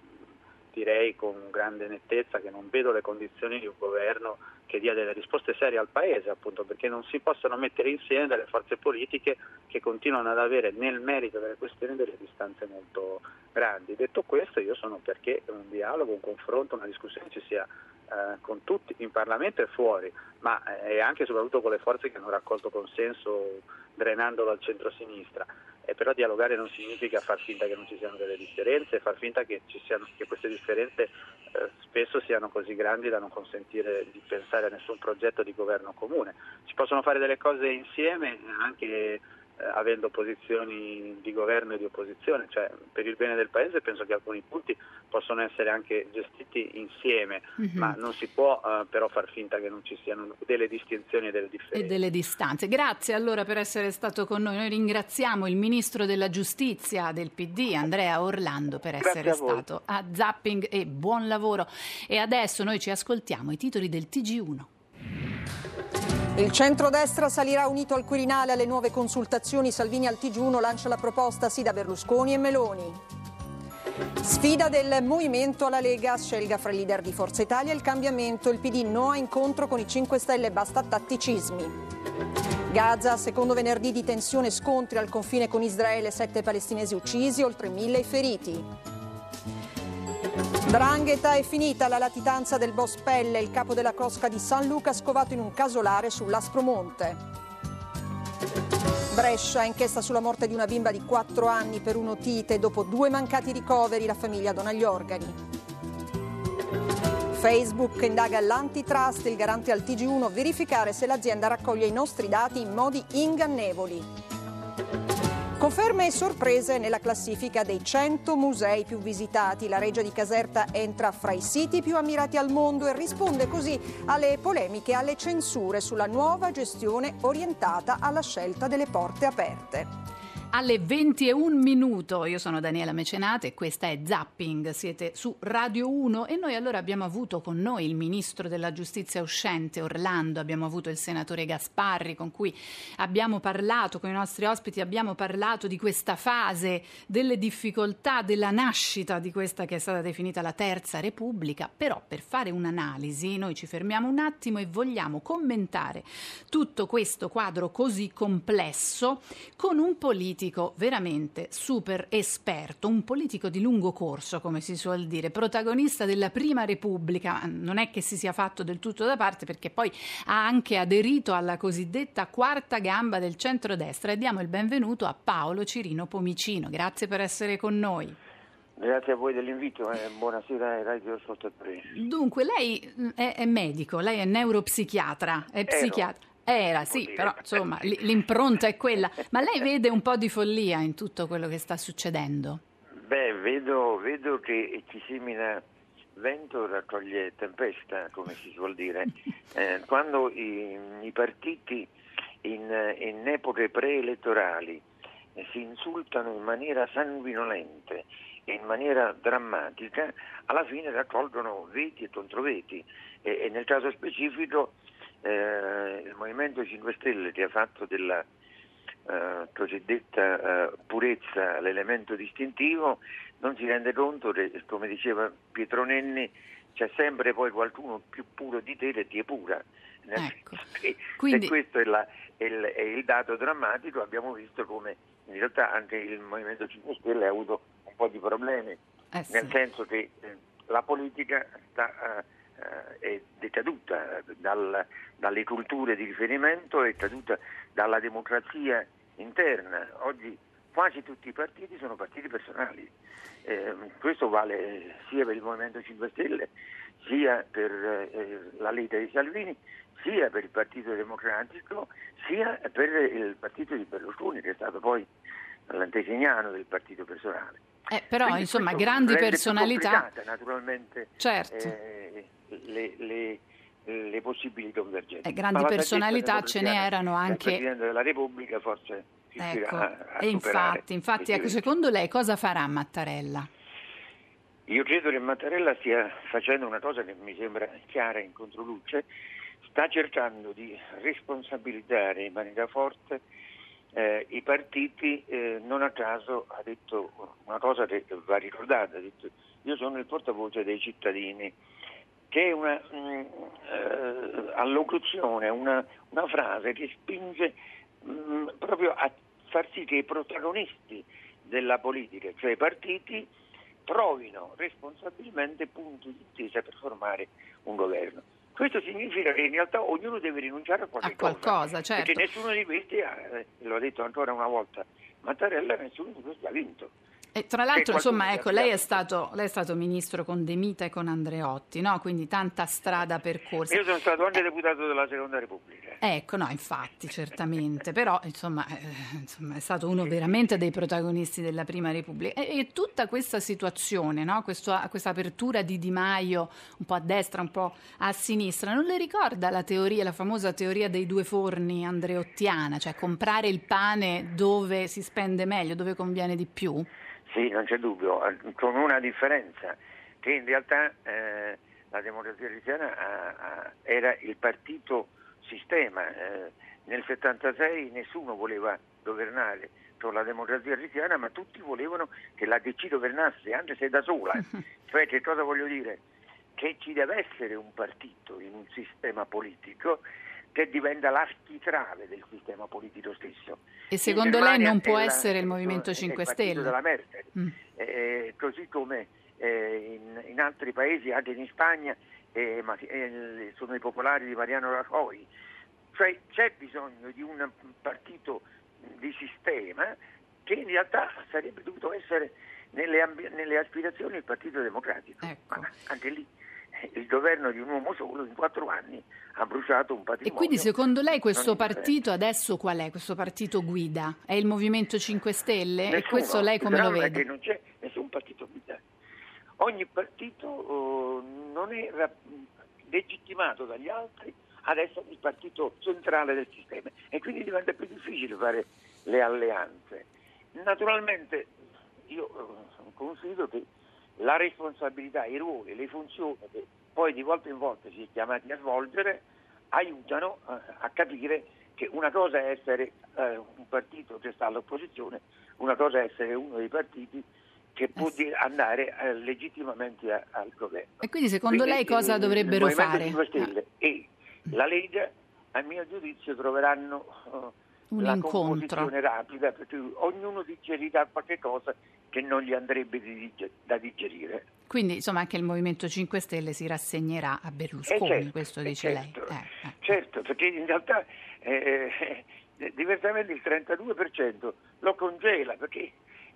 Speaker 10: direi con grande nettezza che non vedo le condizioni di un governo che dia delle risposte serie al Paese, appunto perché non si possono mettere insieme delle forze politiche che continuano ad avere nel merito delle questioni delle distanze molto grandi. Detto questo, io sono perché un dialogo, un confronto, una discussione ci sia eh, con tutti in Parlamento e fuori, ma eh, anche e soprattutto con le forze che hanno raccolto consenso drenandolo al centro-sinistra. E però dialogare non significa far finta che non ci siano delle differenze, far finta che ci siano, che queste differenze eh, spesso siano così grandi da non consentire di pensare a nessun progetto di governo comune. Si possono fare delle cose insieme anche eh, avendo posizioni di governo e di opposizione, cioè per il bene del Paese penso che alcuni punti possono essere anche gestiti insieme, mm-hmm. ma non si può eh, però far finta che non ci siano delle distinzioni e delle differenze.
Speaker 5: E delle distanze. Grazie allora per essere stato con noi. Noi ringraziamo il Ministro della Giustizia del P D, Andrea Orlando, per essere
Speaker 10: a
Speaker 5: stato a Zapping e buon lavoro. E adesso noi ci ascoltiamo i titoli del T G uno.
Speaker 14: Il centrodestra salirà unito al Quirinale alle nuove consultazioni. Salvini al T G uno lancia la proposta sì da Berlusconi e Meloni. Sfida del movimento alla Lega, scelga fra i leader di Forza Italia il cambiamento. Il P D no a incontro con i cinque Stelle, basta tatticismi. Gaza, secondo venerdì di tensione, scontri al confine con Israele, sette palestinesi uccisi, oltre mille i feriti. 'Ndrangheta è finita la latitanza del boss Pelle, il capo della cosca di San Luca scovato in un casolare sull'Aspromonte. Brescia, inchiesta sulla morte di una bimba di quattro anni per un'otite, dopo due mancati ricoveri la famiglia dona gli organi. Facebook indaga l'antitrust, il garante al T G uno, verificare se l'azienda raccoglie i nostri dati in modi ingannevoli. Conferme e sorprese nella classifica dei cento musei più visitati. La Reggia di Caserta entra fra i siti più ammirati al mondo e risponde così alle polemiche e alle censure sulla nuova gestione orientata alla scelta delle porte aperte.
Speaker 5: Alle venti e un minuto, io sono Daniela Mecenate e questa è Zapping, siete su Radio uno e noi allora abbiamo avuto con noi il ministro della giustizia uscente Orlando, abbiamo avuto il senatore Gasparri con cui abbiamo parlato, con i nostri ospiti abbiamo parlato di questa fase, delle difficoltà, della nascita di questa che è stata definita la Terza Repubblica, però per fare un'analisi noi ci fermiamo un attimo e vogliamo commentare tutto questo quadro così complesso con un politico veramente super esperto, un politico di lungo corso, come si suol dire, protagonista della Prima Repubblica, non è che si sia fatto del tutto da parte perché poi ha anche aderito alla cosiddetta quarta gamba del centrodestra e diamo il benvenuto a Paolo Cirino Pomicino. Grazie per essere con noi.
Speaker 15: Grazie a voi dell'invito e buonasera ai radioascoltatori.
Speaker 5: Dunque, lei è, è medico, lei è neuropsichiatra, è psichiatra. Era, sì, però insomma l'impronta è quella. Ma lei vede un po' di follia in tutto quello che sta succedendo?
Speaker 15: Beh, vedo, vedo che ci semina vento raccoglie tempesta, come si suol dire. Eh, quando i, i partiti in, in epoche preelettorali eh, si insultano in maniera sanguinolente e in maniera drammatica, alla fine raccolgono veti e controveti. E, e nel caso specifico Eh, il Movimento cinque Stelle, che ha fatto della eh, cosiddetta eh, purezza l'elemento distintivo, non si rende conto che, come diceva Pietro Nenni, c'è sempre poi qualcuno più puro di te che ti epura.
Speaker 5: Ecco.
Speaker 15: E,
Speaker 5: Quindi...
Speaker 15: e questo è, la, è, il, è il dato drammatico. Abbiamo visto come in realtà anche il Movimento cinque Stelle ha avuto un po' di problemi,
Speaker 5: eh sì.
Speaker 15: nel senso che eh, la politica sta eh, è decaduta dal, dalle culture di riferimento, è caduta dalla democrazia interna. Oggi quasi tutti i partiti sono partiti personali. Eh, questo vale sia per il Movimento cinque Stelle, sia per eh, la Lega di Salvini, sia per il Partito Democratico, sia per il partito di Berlusconi, che è stato poi l'antesignano del partito personale.
Speaker 5: Eh, però
Speaker 15: Quindi
Speaker 5: insomma
Speaker 15: questo
Speaker 5: grandi
Speaker 15: rende
Speaker 5: personalità,
Speaker 15: più naturalmente,
Speaker 5: certo.
Speaker 15: eh, Le, le, le possibili convergenze.
Speaker 5: Eh, grandi personalità ce ne erano anche.
Speaker 15: Il Presidente della Repubblica forse riuscirà
Speaker 5: ecco.
Speaker 15: a, a
Speaker 5: e infatti, infatti ecco, secondo lei cosa farà Mattarella?
Speaker 15: Io credo che Mattarella stia facendo una cosa che mi sembra chiara in controluce, sta cercando di responsabilizzare in maniera forte eh, i partiti. Eh, non a caso ha detto una cosa che va ricordata, ha detto: io sono il portavoce dei cittadini, che è una mh, eh, allocuzione, una, una frase che spinge mh, proprio a far sì che i protagonisti della politica, cioè i partiti, trovino responsabilmente punti di intesa per formare un governo. Questo significa che in realtà ognuno deve rinunciare a qualche
Speaker 5: a qualcosa,
Speaker 15: cosa,
Speaker 5: certo.
Speaker 15: perché nessuno di questi, ha, eh, l'ho detto ancora una volta, Mattarella, nessuno di questi ha vinto.
Speaker 5: E tra l'altro, insomma, ecco, lei è
Speaker 15: abbiamo.
Speaker 5: stato lei è stato ministro con De Mita e con Andreotti, no? Quindi tanta strada percorsa.
Speaker 15: Io sono stato anche deputato della Seconda Repubblica.
Speaker 5: Ecco, no, infatti, certamente, però insomma, eh, insomma è stato uno veramente dei protagonisti della Prima Repubblica. E, e tutta questa situazione, no? Questo, questa apertura di Di Maio un po' a destra, un po' a sinistra, non le ricorda la teoria, la famosa teoria dei due forni andreottiana, cioè comprare il pane dove si spende meglio, dove conviene di più?
Speaker 15: Sì, non c'è dubbio, con una differenza, che in realtà eh, la Democrazia Cristiana ha, ha, era il partito sistema. Eh, nel settantasei nessuno voleva governare con la Democrazia Cristiana, ma tutti volevano che la D C governasse, anche se da sola. Cioè, che cosa voglio dire? Che ci deve essere un partito in un sistema politico che diventa l'architrave del sistema politico stesso.
Speaker 5: E secondo lei non può
Speaker 15: la,
Speaker 5: essere il Movimento cinque Stelle?
Speaker 15: Della Merkel,
Speaker 5: mm.
Speaker 15: eh, così come eh, in, in altri paesi, anche in Spagna, eh, ma, eh, sono i popolari di Mariano Rajoy. Cioè c'è bisogno di un partito di sistema che in realtà sarebbe dovuto essere nelle, ambi- nelle aspirazioni del Partito Democratico.
Speaker 5: Ecco.
Speaker 15: Ma anche lì il governo di un uomo solo in quattro anni ha bruciato un patrimonio.
Speaker 5: E quindi secondo lei questo partito adesso qual è? Questo partito guida? È il Movimento cinque Stelle?
Speaker 15: Nessuno,
Speaker 5: e questo lei come lo vede?
Speaker 15: Che non c'è nessun partito guida. Ogni partito oh, non è rap- legittimato dagli altri ad essere il partito centrale del sistema e quindi diventa più difficile fare le alleanze. Naturalmente io eh, considero che la responsabilità, i ruoli, le funzioni che poi di volta in volta si è chiamati a svolgere aiutano eh, a capire che una cosa è essere eh, un partito che sta all'opposizione, una cosa è essere uno dei partiti che può eh. andare eh, legittimamente a, al governo.
Speaker 5: E quindi secondo
Speaker 15: quindi,
Speaker 5: lei cosa
Speaker 15: il,
Speaker 5: dovrebbero
Speaker 15: il
Speaker 5: fare?
Speaker 15: cinque Stelle ah. e la Lega, a mio giudizio, troveranno uh,
Speaker 5: un
Speaker 15: la
Speaker 5: incontro
Speaker 15: composizione rapida, perché ognuno digerirà qualche cosa che non gli andrebbe di, da digerire.
Speaker 5: Quindi insomma anche il Movimento cinque Stelle si rassegnerà a Berlusconi,
Speaker 15: eh certo,
Speaker 5: questo dice
Speaker 15: certo,
Speaker 5: lei. Eh, eh.
Speaker 15: Certo, perché in realtà eh, eh, diversamente il trentadue per cento lo congela, perché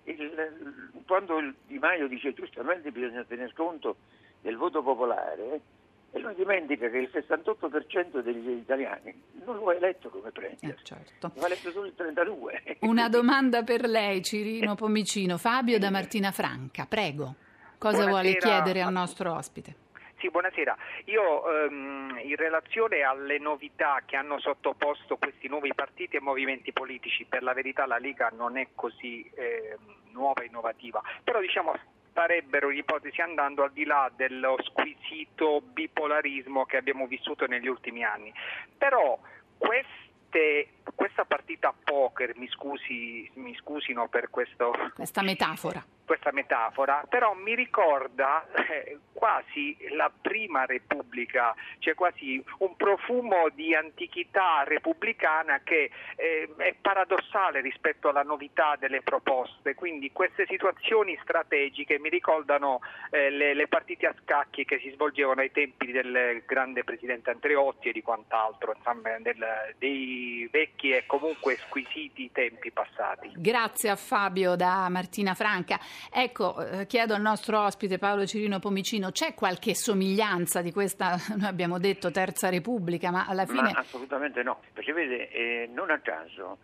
Speaker 15: il, quando il Di Maio dice giustamente bisogna tener conto del voto popolare, e non dimentica che il sessantotto per cento degli italiani non lo ha eletto come premier,
Speaker 5: eh, certo.
Speaker 15: lo ha eletto solo il trentadue.
Speaker 5: Una domanda per lei, Cirino Pomicino. Fabio da Martina Franca, prego. Cosa
Speaker 16: Buonasera.
Speaker 5: vuole chiedere al nostro ospite?
Speaker 16: Sì, buonasera. Io ehm, in relazione alle novità che hanno sottoposto questi nuovi partiti e movimenti politici, per la verità la Lega non è così eh, nuova e innovativa, però diciamo starebbero in ipotesi andando al di là dello squisito bipolarismo che abbiamo vissuto negli ultimi anni. Però queste, questa partita a poker, mi scusi, mi scusino per questo,
Speaker 5: questa metafora.
Speaker 16: questa metafora, però mi ricorda eh, quasi la prima Repubblica, cioè quasi un profumo di antichità repubblicana che eh, è paradossale rispetto alla novità delle proposte, quindi queste situazioni strategiche mi ricordano eh, le, le partite a scacchi che si svolgevano ai tempi del grande presidente Andreotti e di quant'altro, insomma del, dei vecchi e comunque squisiti tempi passati.
Speaker 5: Grazie a Fabio da Martina Franca. Ecco, eh, chiedo al nostro ospite Paolo Cirino Pomicino, c'è qualche somiglianza di questa, noi abbiamo detto Terza Repubblica, ma alla fine...
Speaker 15: Ma assolutamente no, perché vede, eh, non a caso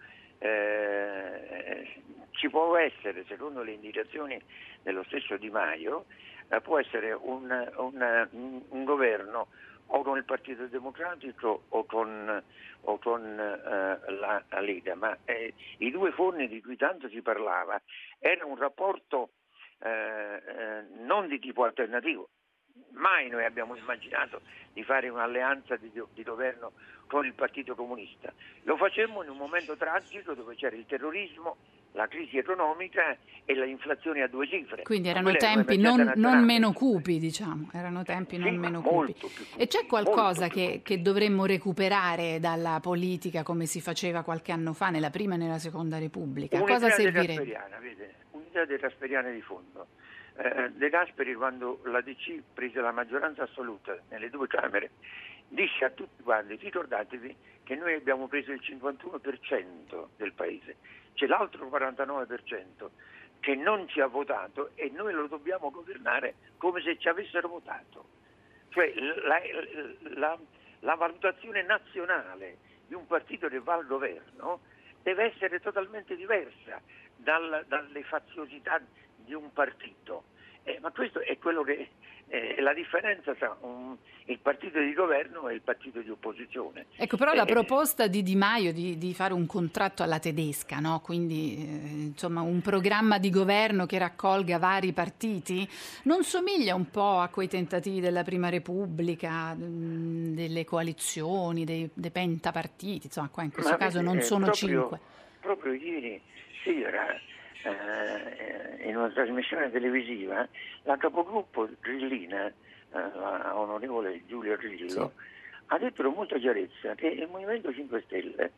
Speaker 15: eh, ci può essere, secondo le indicazioni dello stesso Di Maio, eh, può essere un, un, un, un governo o con il Partito Democratico o con, o con eh, la, la Lega, ma eh, i due forni di cui tanto si parlava era un rapporto eh, eh, non di tipo alternativo. Mai noi abbiamo immaginato di fare un'alleanza di, di governo con il Partito Comunista. Lo facemmo in un momento tragico dove c'era il terrorismo, la crisi economica e l'inflazione a due cifre.
Speaker 5: Quindi erano tempi non, non meno cupi, diciamo, erano tempi non
Speaker 15: sì,
Speaker 5: meno
Speaker 15: cupi.
Speaker 5: cupi. E c'è qualcosa che, che dovremmo recuperare dalla politica come si faceva qualche anno fa, nella prima e nella seconda Repubblica?
Speaker 15: Un'idea
Speaker 5: Cosa servirebbe?
Speaker 15: Gasperiana, vede? Un'idea dei Gasperiani di fondo. Eh, De Gasperi, quando la D C prese la maggioranza assoluta nelle due Camere, disse a tutti quanti: ricordatevi che noi abbiamo preso il cinquantuno per cento del paese, c'è l'altro quarantanove per cento che non ci ha votato e noi lo dobbiamo governare come se ci avessero votato. Cioè la, la, la valutazione nazionale di un partito che va al governo deve essere totalmente diversa dal, dalle faziosità di un partito. Eh, ma questo è quello che è eh, la differenza tra un, il partito di governo e il partito di opposizione.
Speaker 5: Ecco, però eh, la proposta di Di Maio di, di fare un contratto alla tedesca, no? Quindi eh, insomma un programma di governo che raccolga vari partiti, non somiglia un po' a quei tentativi della Prima Repubblica, mh, delle coalizioni, dei, dei pentapartiti, insomma qua in questo
Speaker 15: ma
Speaker 5: caso
Speaker 15: avete,
Speaker 5: non sono
Speaker 15: proprio,
Speaker 5: cinque.
Speaker 15: Proprio ieri sera Eh, in una trasmissione televisiva la capogruppo grillina, eh, la onorevole Giulia Grillo, sì. ha detto con molta chiarezza che il Movimento cinque Stelle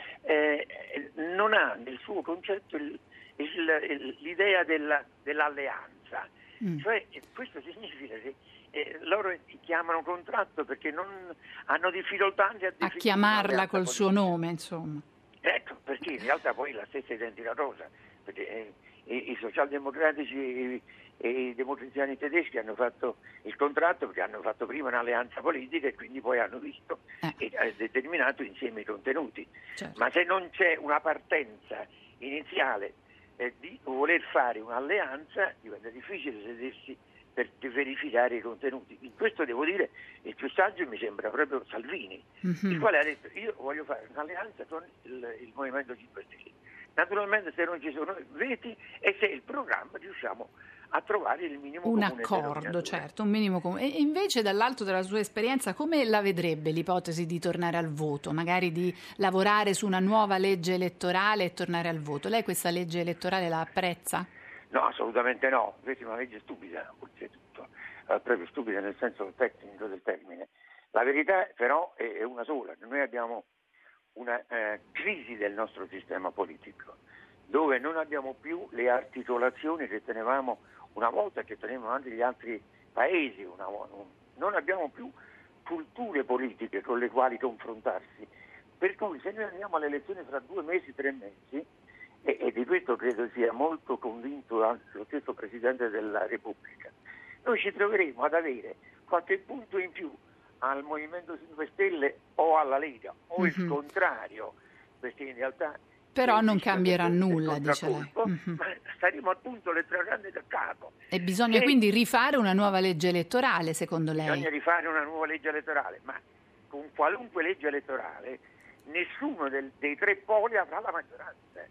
Speaker 15: eh, non ha nel suo concetto il, il, il, l'idea della, dell'alleanza. Mm. Cioè, questo significa che eh, loro chiamano contratto perché non hanno difficoltà anche a,
Speaker 5: a chiamarla col suo nome, insomma.
Speaker 15: Ecco, perché in realtà poi è la stessa identica cosa, perché eh, i, i socialdemocratici e, e i democristiani tedeschi hanno fatto il contratto perché hanno fatto prima un'alleanza politica e quindi poi hanno visto eh. e ha determinato insieme i contenuti. Certo. Ma se non c'è una partenza iniziale eh, di voler fare un'alleanza, diventa difficile sedersi per verificare i contenuti. In questo devo dire il più saggio mi sembra proprio Salvini, mm-hmm. il quale ha detto io voglio fare un'alleanza con il, il Movimento cinque Stelle. Naturalmente se non ci sono veti e se il programma riusciamo a trovare il minimo
Speaker 5: un
Speaker 15: comune. Un
Speaker 5: accordo, certo, un minimo comune. E invece dall'alto della sua esperienza come la vedrebbe l'ipotesi di tornare al voto, magari di lavorare su una nuova legge elettorale e tornare al voto? Lei questa legge elettorale la apprezza?
Speaker 15: No, assolutamente no, invece è una legge stupida, oltretutto, eh, proprio stupida nel senso tecnico del termine. La verità però è, è una sola, noi abbiamo una eh, crisi del nostro sistema politico, dove non abbiamo più le articolazioni che tenevamo una volta, che tenevano anche gli altri paesi, una, non abbiamo più culture politiche con le quali confrontarsi, per cui se noi andiamo alle elezioni fra due mesi, tre mesi, e, e di questo credo sia molto convinto anche lo stesso Presidente della Repubblica, noi ci troveremo ad avere qualche punto in più al Movimento cinque Stelle o alla Lega, o mm-hmm. il contrario, perché in realtà
Speaker 5: però non cambierà nulla, dice lei.
Speaker 15: Mm-hmm. Ma staremo appunto letteralmente da capo.
Speaker 5: E bisogna
Speaker 15: e
Speaker 5: quindi rifare una nuova legge elettorale, secondo lei?
Speaker 15: Bisogna rifare una nuova legge elettorale, ma con qualunque legge elettorale nessuno del, dei tre poli avrà la maggioranza.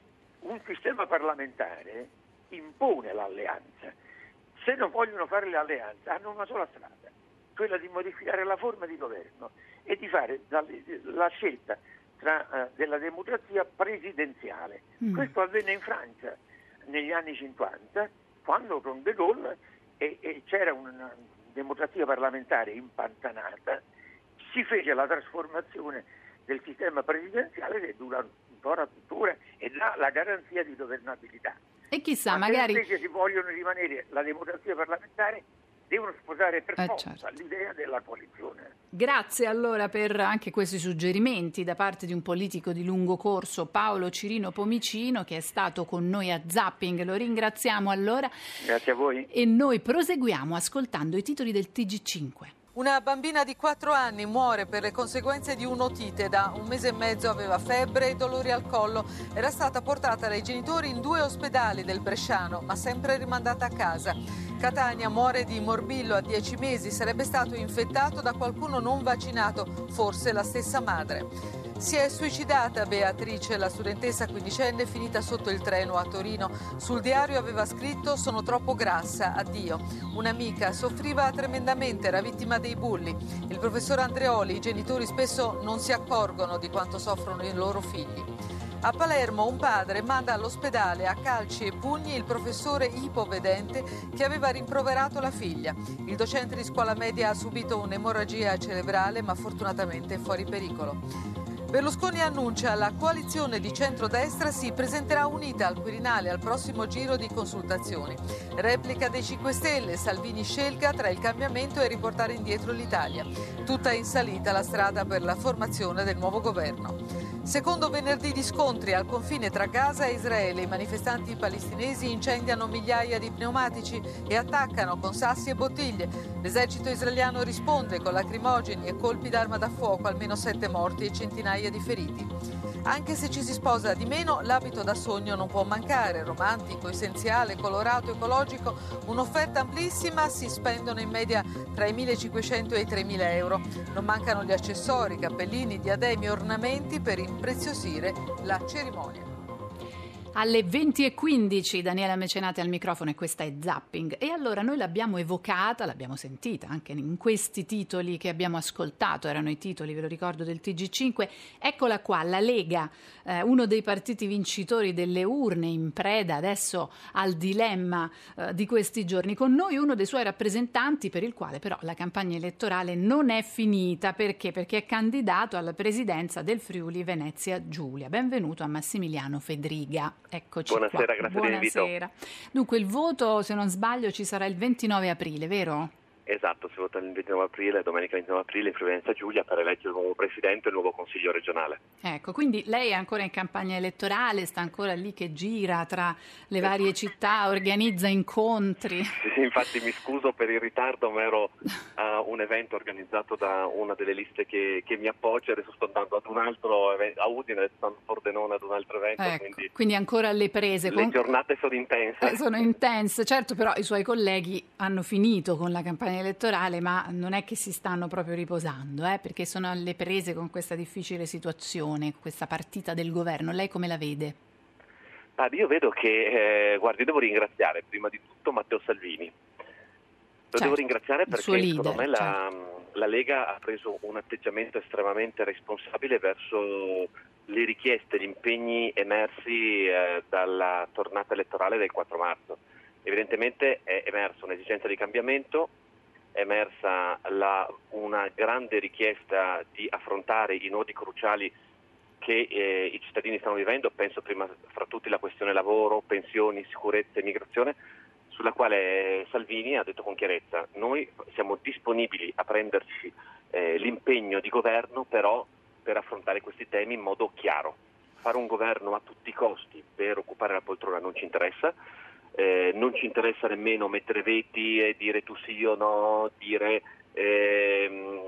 Speaker 15: Un sistema parlamentare impone l'alleanza. Se non vogliono fare l'alleanza hanno una sola strada, quella di modificare la forma di governo e di fare la, la scelta tra, uh, della democrazia presidenziale. Mm. Questo avvenne in Francia negli anni cinquanta, quando con De Gaulle e, e c'era una democrazia parlamentare impantanata, si fece la trasformazione del sistema presidenziale che dura ancora tuttora e dà la garanzia di governabilità.
Speaker 5: E chissà,
Speaker 15: ma
Speaker 5: magari...
Speaker 15: se invece si vogliono rimanere la democrazia parlamentare, devono sposare per
Speaker 5: eh,
Speaker 15: forza
Speaker 5: certo.
Speaker 15: l'idea della coalizione.
Speaker 5: Grazie allora per anche questi suggerimenti da parte di un politico di lungo corso, Paolo Cirino Pomicino, che è stato con noi a Zapping. Lo ringraziamo allora.
Speaker 15: Grazie a voi.
Speaker 5: E noi proseguiamo ascoltando i titoli del T G cinque.
Speaker 14: Una bambina di quattro anni muore per le conseguenze di un'otite. Da un mese e mezzo aveva febbre e dolori al collo. Era stata portata dai genitori in due ospedali del Bresciano, ma sempre rimandata a casa. Catania muore di morbillo a dieci mesi. Sarebbe stato infettato da qualcuno non vaccinato, forse la stessa madre. Si è suicidata Beatrice, la studentessa quindicenne finita sotto il treno a Torino. Sul diario aveva scritto: sono troppo grassa, addio. Un'amica soffriva tremendamente, era vittima dei bulli. Il professor Andreoli: i genitori spesso non si accorgono di quanto soffrono i loro figli. A Palermo un padre manda all'ospedale a calci e pugni il professore ipovedente che aveva rimproverato la figlia. Il docente di scuola media ha subito un'emorragia cerebrale, ma fortunatamente è fuori pericolo. Berlusconi annuncia la coalizione di centrodestra si presenterà unita al Quirinale al prossimo giro di consultazioni. Replica dei cinque Stelle, Salvini scelga tra il cambiamento e riportare indietro l'Italia. Tutta in salita la strada per la formazione del nuovo governo. Secondo venerdì di scontri al confine tra Gaza e Israele, i manifestanti palestinesi incendiano migliaia di pneumatici e attaccano con sassi e bottiglie. L'esercito israeliano risponde con lacrimogeni e colpi d'arma da fuoco, almeno sette morti e centinaia di feriti. Anche se ci si sposa di meno, l'abito da sogno non può mancare. Romantico, essenziale, colorato, ecologico, un'offerta amplissima, si spendono in media tra i millecinquecento e i tremila euro. Non mancano gli accessori, cappellini, diademi, ornamenti per impreziosire la cerimonia.
Speaker 5: Alle venti e quindici Daniela Mecenate al microfono e questa è Zapping. E allora noi l'abbiamo evocata, l'abbiamo sentita anche in questi titoli che abbiamo ascoltato, erano i titoli, ve lo ricordo, del T G cinque. Eccola qua, la Lega, eh, uno dei partiti vincitori delle urne, in preda adesso al dilemma eh, di questi giorni. Con noi uno dei suoi rappresentanti, per il quale però la campagna elettorale non è finita. Perché? Perché è candidato alla presidenza del Friuli Venezia Giulia. Benvenuto a Massimiliano Fedriga. Eccoci
Speaker 17: Buonasera,
Speaker 5: qua.
Speaker 17: grazie
Speaker 5: Buonasera.
Speaker 17: dell'invito.
Speaker 5: Dunque il voto, se non sbaglio, ci sarà il ventinove aprile, vero?
Speaker 17: Esatto, si vota il ventinove aprile, domenica ventinove aprile in Friuli Venezia Giulia per eleggere il nuovo presidente e il nuovo consiglio regionale.
Speaker 5: Ecco, quindi lei è ancora in campagna elettorale, sta ancora lì che gira tra le varie città, organizza incontri.
Speaker 17: Sì, sì, infatti mi scuso per il ritardo, ma ero a un evento organizzato da una delle liste che, che mi appoggia, adesso sto andando ad un altro evento, a Udine, adesso sto andando a Pordenone ad un altro evento.
Speaker 5: Ecco,
Speaker 17: quindi,
Speaker 5: quindi ancora alle prese.
Speaker 17: le
Speaker 5: Con...
Speaker 17: giornate sono intense.
Speaker 5: Eh, sono intense, certo, però i suoi colleghi hanno finito con la campagna elettorale, ma non è che si stanno proprio riposando, eh, perché sono alle prese con questa difficile situazione, questa partita del governo. Lei come la vede?
Speaker 17: Ah, io vedo che, eh, guardi, devo ringraziare prima di tutto Matteo Salvini. Lo
Speaker 5: certo,
Speaker 17: devo ringraziare perché
Speaker 5: suo leader,
Speaker 17: secondo me la,
Speaker 5: certo.
Speaker 17: la Lega ha preso un atteggiamento estremamente responsabile verso le richieste, gli impegni emersi eh, dalla tornata elettorale del quattro marzo. Evidentemente è emersa un'esigenza di cambiamento, è emersa la, una grande richiesta di affrontare i nodi cruciali che eh, i cittadini stanno vivendo, penso prima fra tutti la questione lavoro, pensioni, sicurezza e immigrazione, sulla quale Salvini ha detto con chiarezza: noi siamo disponibili a prenderci eh, l'impegno di governo, però per affrontare questi temi in modo chiaro. Fare un governo a tutti i costi per occupare la poltrona non ci interessa. Eh, non ci interessa nemmeno mettere veti e dire tu sì o no, dire ehm,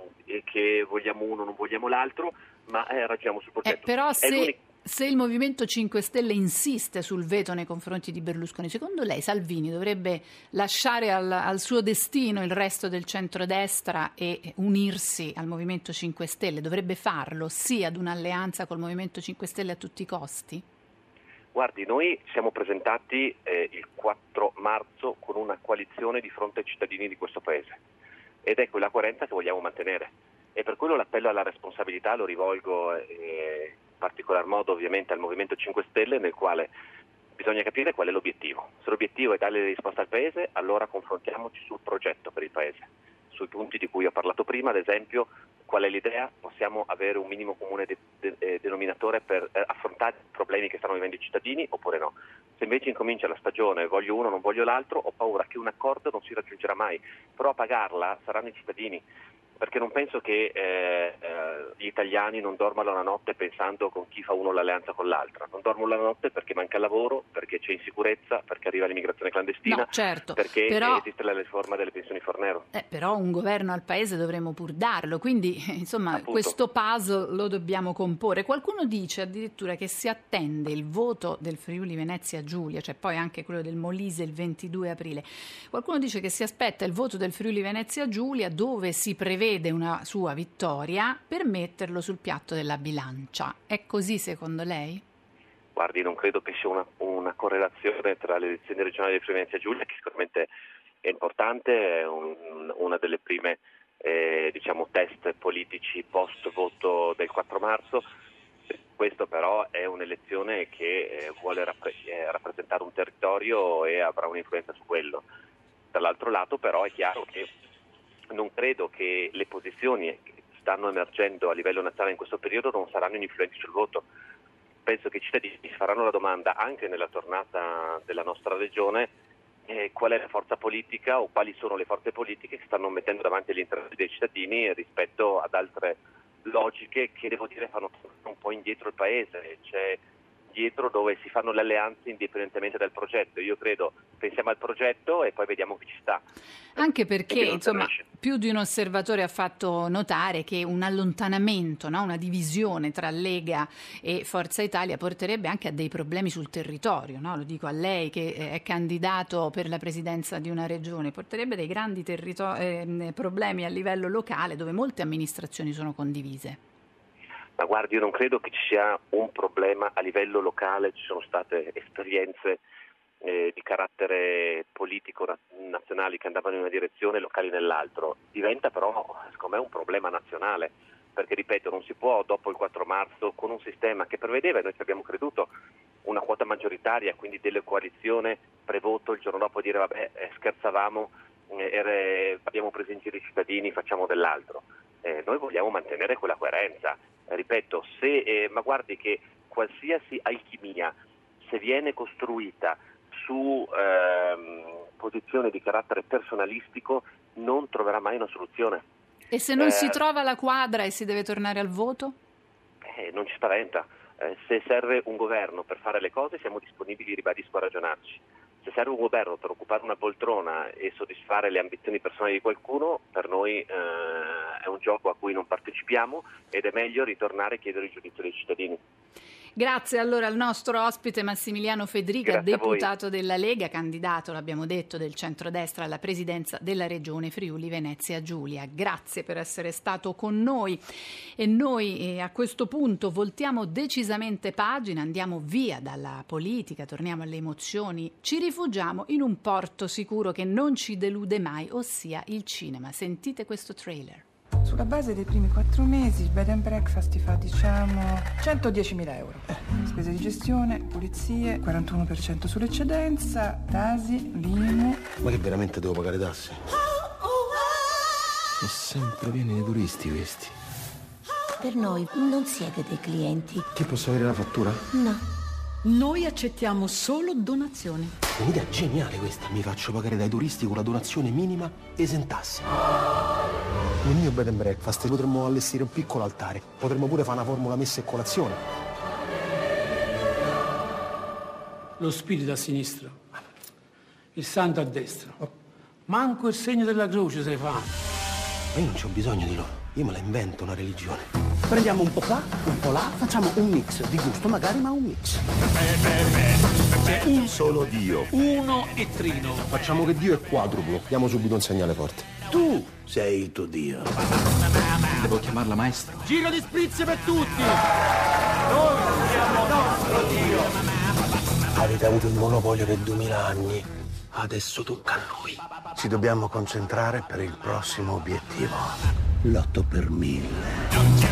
Speaker 17: che vogliamo uno, non vogliamo l'altro, ma eh, ragioniamo sul progetto.
Speaker 5: Eh, però
Speaker 17: È
Speaker 5: se,
Speaker 17: l'unico...
Speaker 5: se il Movimento cinque Stelle insiste sul veto nei confronti di Berlusconi, secondo lei Salvini dovrebbe lasciare al, al suo destino il resto del centrodestra e unirsi al Movimento cinque Stelle? Dovrebbe farlo, sì, ad un'alleanza col Movimento cinque Stelle a tutti i costi?
Speaker 17: Guardi, noi siamo presentati eh, il quattro marzo con una coalizione di fronte ai cittadini di questo Paese ed è quella coerenza che vogliamo mantenere e per quello l'appello alla responsabilità lo rivolgo eh, in particolar modo ovviamente al Movimento cinque Stelle, nel quale bisogna capire qual è l'obiettivo. Se l'obiettivo è dare le risposte al Paese, allora confrontiamoci sul progetto per il Paese, sui punti di cui ho parlato prima, ad esempio qual è l'idea, possiamo avere un minimo comune de- de- de- denominatore per eh, affrontare i problemi che stanno vivendo i cittadini oppure no. Se invece incomincia la stagione voglio uno, non voglio l'altro, ho paura che un accordo non si raggiungerà mai, però a pagarla saranno i cittadini, perché non penso che eh, eh, gli italiani non dormano la notte pensando con chi fa uno l'alleanza con l'altra, non dormono la notte perché manca il lavoro, perché c'è insicurezza, perché arriva l'immigrazione clandestina,
Speaker 5: no, certo,
Speaker 17: perché
Speaker 5: però...
Speaker 17: esiste la riforma delle pensioni Fornero.
Speaker 5: Eh, però un governo al Paese dovremmo pur darlo, quindi insomma
Speaker 17: Appunto.
Speaker 5: Questo puzzle lo dobbiamo comporre. Qualcuno dice addirittura che si attende il voto del Friuli Venezia Giulia, cioè poi anche quello del Molise il ventidue aprile. Qualcuno dice che si aspetta il voto del Friuli Venezia Giulia dove si prevede una sua vittoria per metterlo sul piatto della bilancia. È così secondo lei?
Speaker 17: Guardi, non credo che sia una, una correlazione tra le elezioni regionali del Friuli Venezia Giulia, che sicuramente è importante, è un, una delle prime eh, diciamo test politici post voto del quattro marzo. Questo però è un'elezione che eh, vuole rappre- eh, rappresentare un territorio e avrà un'influenza su quello. Dall'altro lato però è chiaro che non credo che le posizioni che stanno emergendo a livello nazionale in questo periodo non saranno influenti sul voto. Penso che i cittadini si faranno la domanda anche nella tornata della nostra regione eh, qual è la forza politica o quali sono le forze politiche che stanno mettendo davanti agli interessi dei cittadini rispetto ad altre logiche che, devo dire, fanno un po' indietro il Paese. C'è dietro dove si fanno le alleanze indipendentemente dal progetto. Io credo, pensiamo al progetto e poi vediamo chi ci sta.
Speaker 5: Anche perché, insomma, più di un osservatore ha fatto notare che un allontanamento, no? Una divisione tra Lega e Forza Italia porterebbe anche a dei problemi sul territorio, no? Lo dico a lei che è candidato per la presidenza di una regione, porterebbe dei grandi territori- eh, problemi a livello locale dove molte amministrazioni sono condivise.
Speaker 17: Ma guardi, io non credo che ci sia un problema a livello locale, ci sono state esperienze eh, di carattere politico na- nazionali che andavano in una direzione, locali nell'altro. Diventa però, secondo me, un problema nazionale, perché ripeto, non si può dopo il quattro marzo, con un sistema che prevedeva, e noi ci abbiamo creduto, una quota maggioritaria, quindi delle coalizione prevoto, il giorno dopo dire vabbè eh, scherzavamo, eh, abbiamo preso in giro i cittadini, facciamo dell'altro. Eh, noi vogliamo mantenere quella coerenza. Eh, ripeto, se eh, ma guardi che qualsiasi alchimia, se viene costruita su ehm, posizioni di carattere personalistico, non troverà mai una soluzione.
Speaker 5: E se non
Speaker 17: eh,
Speaker 5: si trova la quadra e si deve tornare al voto?
Speaker 17: Eh, non ci spaventa. Eh, se serve un governo per fare le cose, siamo disponibili, ribadisco, a ragionarci. Se serve un governo per occupare una poltrona e soddisfare le ambizioni personali di qualcuno, per noi eh, è un gioco a cui non partecipiamo ed è meglio ritornare a chiedere il giudizio dei cittadini.
Speaker 5: Grazie allora al nostro ospite Massimiliano Fedriga,
Speaker 17: Grazie
Speaker 5: deputato della Lega, candidato, l'abbiamo detto, del centrodestra alla presidenza della regione Friuli Venezia Giulia. Grazie per essere stato con noi e noi eh, a questo punto voltiamo decisamente pagina, andiamo via dalla politica, torniamo alle emozioni, ci rifugiamo in un porto sicuro che non ci delude mai, ossia il cinema. Sentite questo trailer.
Speaker 18: Sulla base dei primi quattro mesi il bed and breakfast ti fa, diciamo, centodiecimila euro. Spese di gestione, pulizie, quarantuno per cento sull'eccedenza, tasi, l'I M U.
Speaker 19: Ma che veramente devo pagare tasse? Sono sempre pieni di turisti questi.
Speaker 20: Per noi non siete dei clienti.
Speaker 19: Che posso avere la fattura?
Speaker 20: No.
Speaker 21: Noi accettiamo solo donazioni.
Speaker 19: Un'idea geniale questa. Mi faccio pagare dai turisti con la donazione minima esentasse. Nel mio bed and breakfast potremmo allestire un piccolo altare. Potremmo pure fare una formula messa e colazione.
Speaker 22: Lo spirito a sinistra, il santo a destra. Manco il segno della croce si fa.
Speaker 19: Ma io non c'ho bisogno di loro. Io me la invento una religione. Prendiamo un po' qua, un po' là, facciamo un mix di gusto magari, ma un mix.
Speaker 22: C'è un solo Dio, uno e trino.
Speaker 19: Facciamo che Dio è quadruplo. Diamo subito un segnale forte.
Speaker 22: Tu sei il tuo Dio.
Speaker 19: Devo chiamarla maestro.
Speaker 22: Giro di sprizzi per tutti. Noi siamo il nostro Dio.
Speaker 19: Avete avuto il monopolio per duemila anni. Adesso tocca a noi. Ci dobbiamo concentrare per il prossimo obiettivo. L'otto per mille.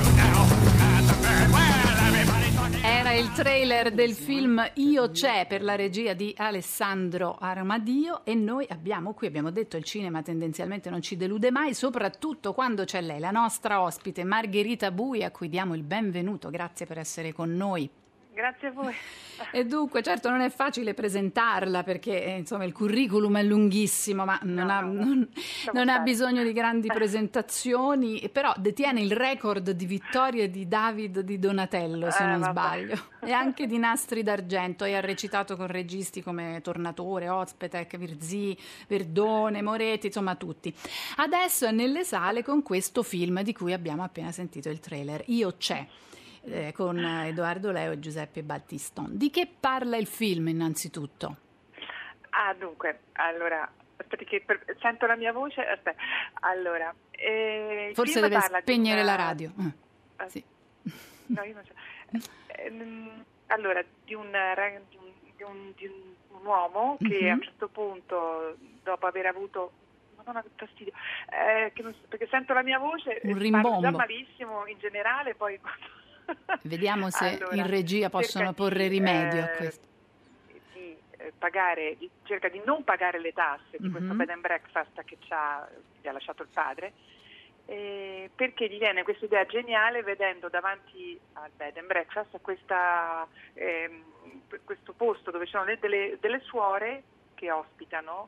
Speaker 5: Era il trailer del film Io c'è per la regia di Alessandro Armadio e noi abbiamo qui, abbiamo detto, il cinema tendenzialmente non ci delude mai, soprattutto quando c'è lei, la nostra ospite Margherita Bui, a cui diamo il benvenuto. Grazie per essere con noi.
Speaker 23: Grazie a voi.
Speaker 5: E dunque, certo, non è facile presentarla perché eh, insomma il curriculum è lunghissimo, ma non, no, ha, non, non ha bisogno di grandi presentazioni, però detiene il record di vittorie di David di Donatello, se
Speaker 23: eh,
Speaker 5: non
Speaker 23: vabbè.
Speaker 5: sbaglio, e anche di Nastri d'Argento, e ha recitato con registi come Tornatore, Ozpetek, Virzì, Verdone, Moretti, insomma tutti. Adesso è nelle sale con questo film di cui abbiamo appena sentito il trailer, Io c'è. Eh, con Edoardo Leo e Giuseppe Battiston. Di che parla il film innanzitutto?
Speaker 23: Ah, dunque, allora, aspetti che per, sento la mia voce, aspetta, allora... Eh, il
Speaker 5: Forse
Speaker 23: film
Speaker 5: deve
Speaker 23: parla
Speaker 5: spegnere
Speaker 23: di una...
Speaker 5: la radio. Eh,
Speaker 23: eh,
Speaker 5: sì.
Speaker 23: No, io non so. Eh, allora, di un, di un, di un, di un uomo che
Speaker 5: Mm-hmm.
Speaker 23: a un certo punto, dopo aver avuto... Madonna, che fastidio, eh, che non, perché sento la mia voce,
Speaker 5: Un
Speaker 23: parlo
Speaker 5: rimbombo.
Speaker 23: già malissimo in generale, poi...
Speaker 5: Vediamo se
Speaker 23: Allora,
Speaker 5: in regia possono
Speaker 23: cerca
Speaker 5: porre
Speaker 23: di,
Speaker 5: rimedio
Speaker 23: eh,
Speaker 5: a questo.
Speaker 23: di eh, pagare, di, cerca di non pagare le tasse di questo
Speaker 5: Mhm.
Speaker 23: bed and breakfast che ci ha, gli ha lasciato il padre, eh, perché gli viene questa idea geniale vedendo davanti al bed and breakfast questa, ehm, questo posto dove ci sono le- delle, delle suore che ospitano,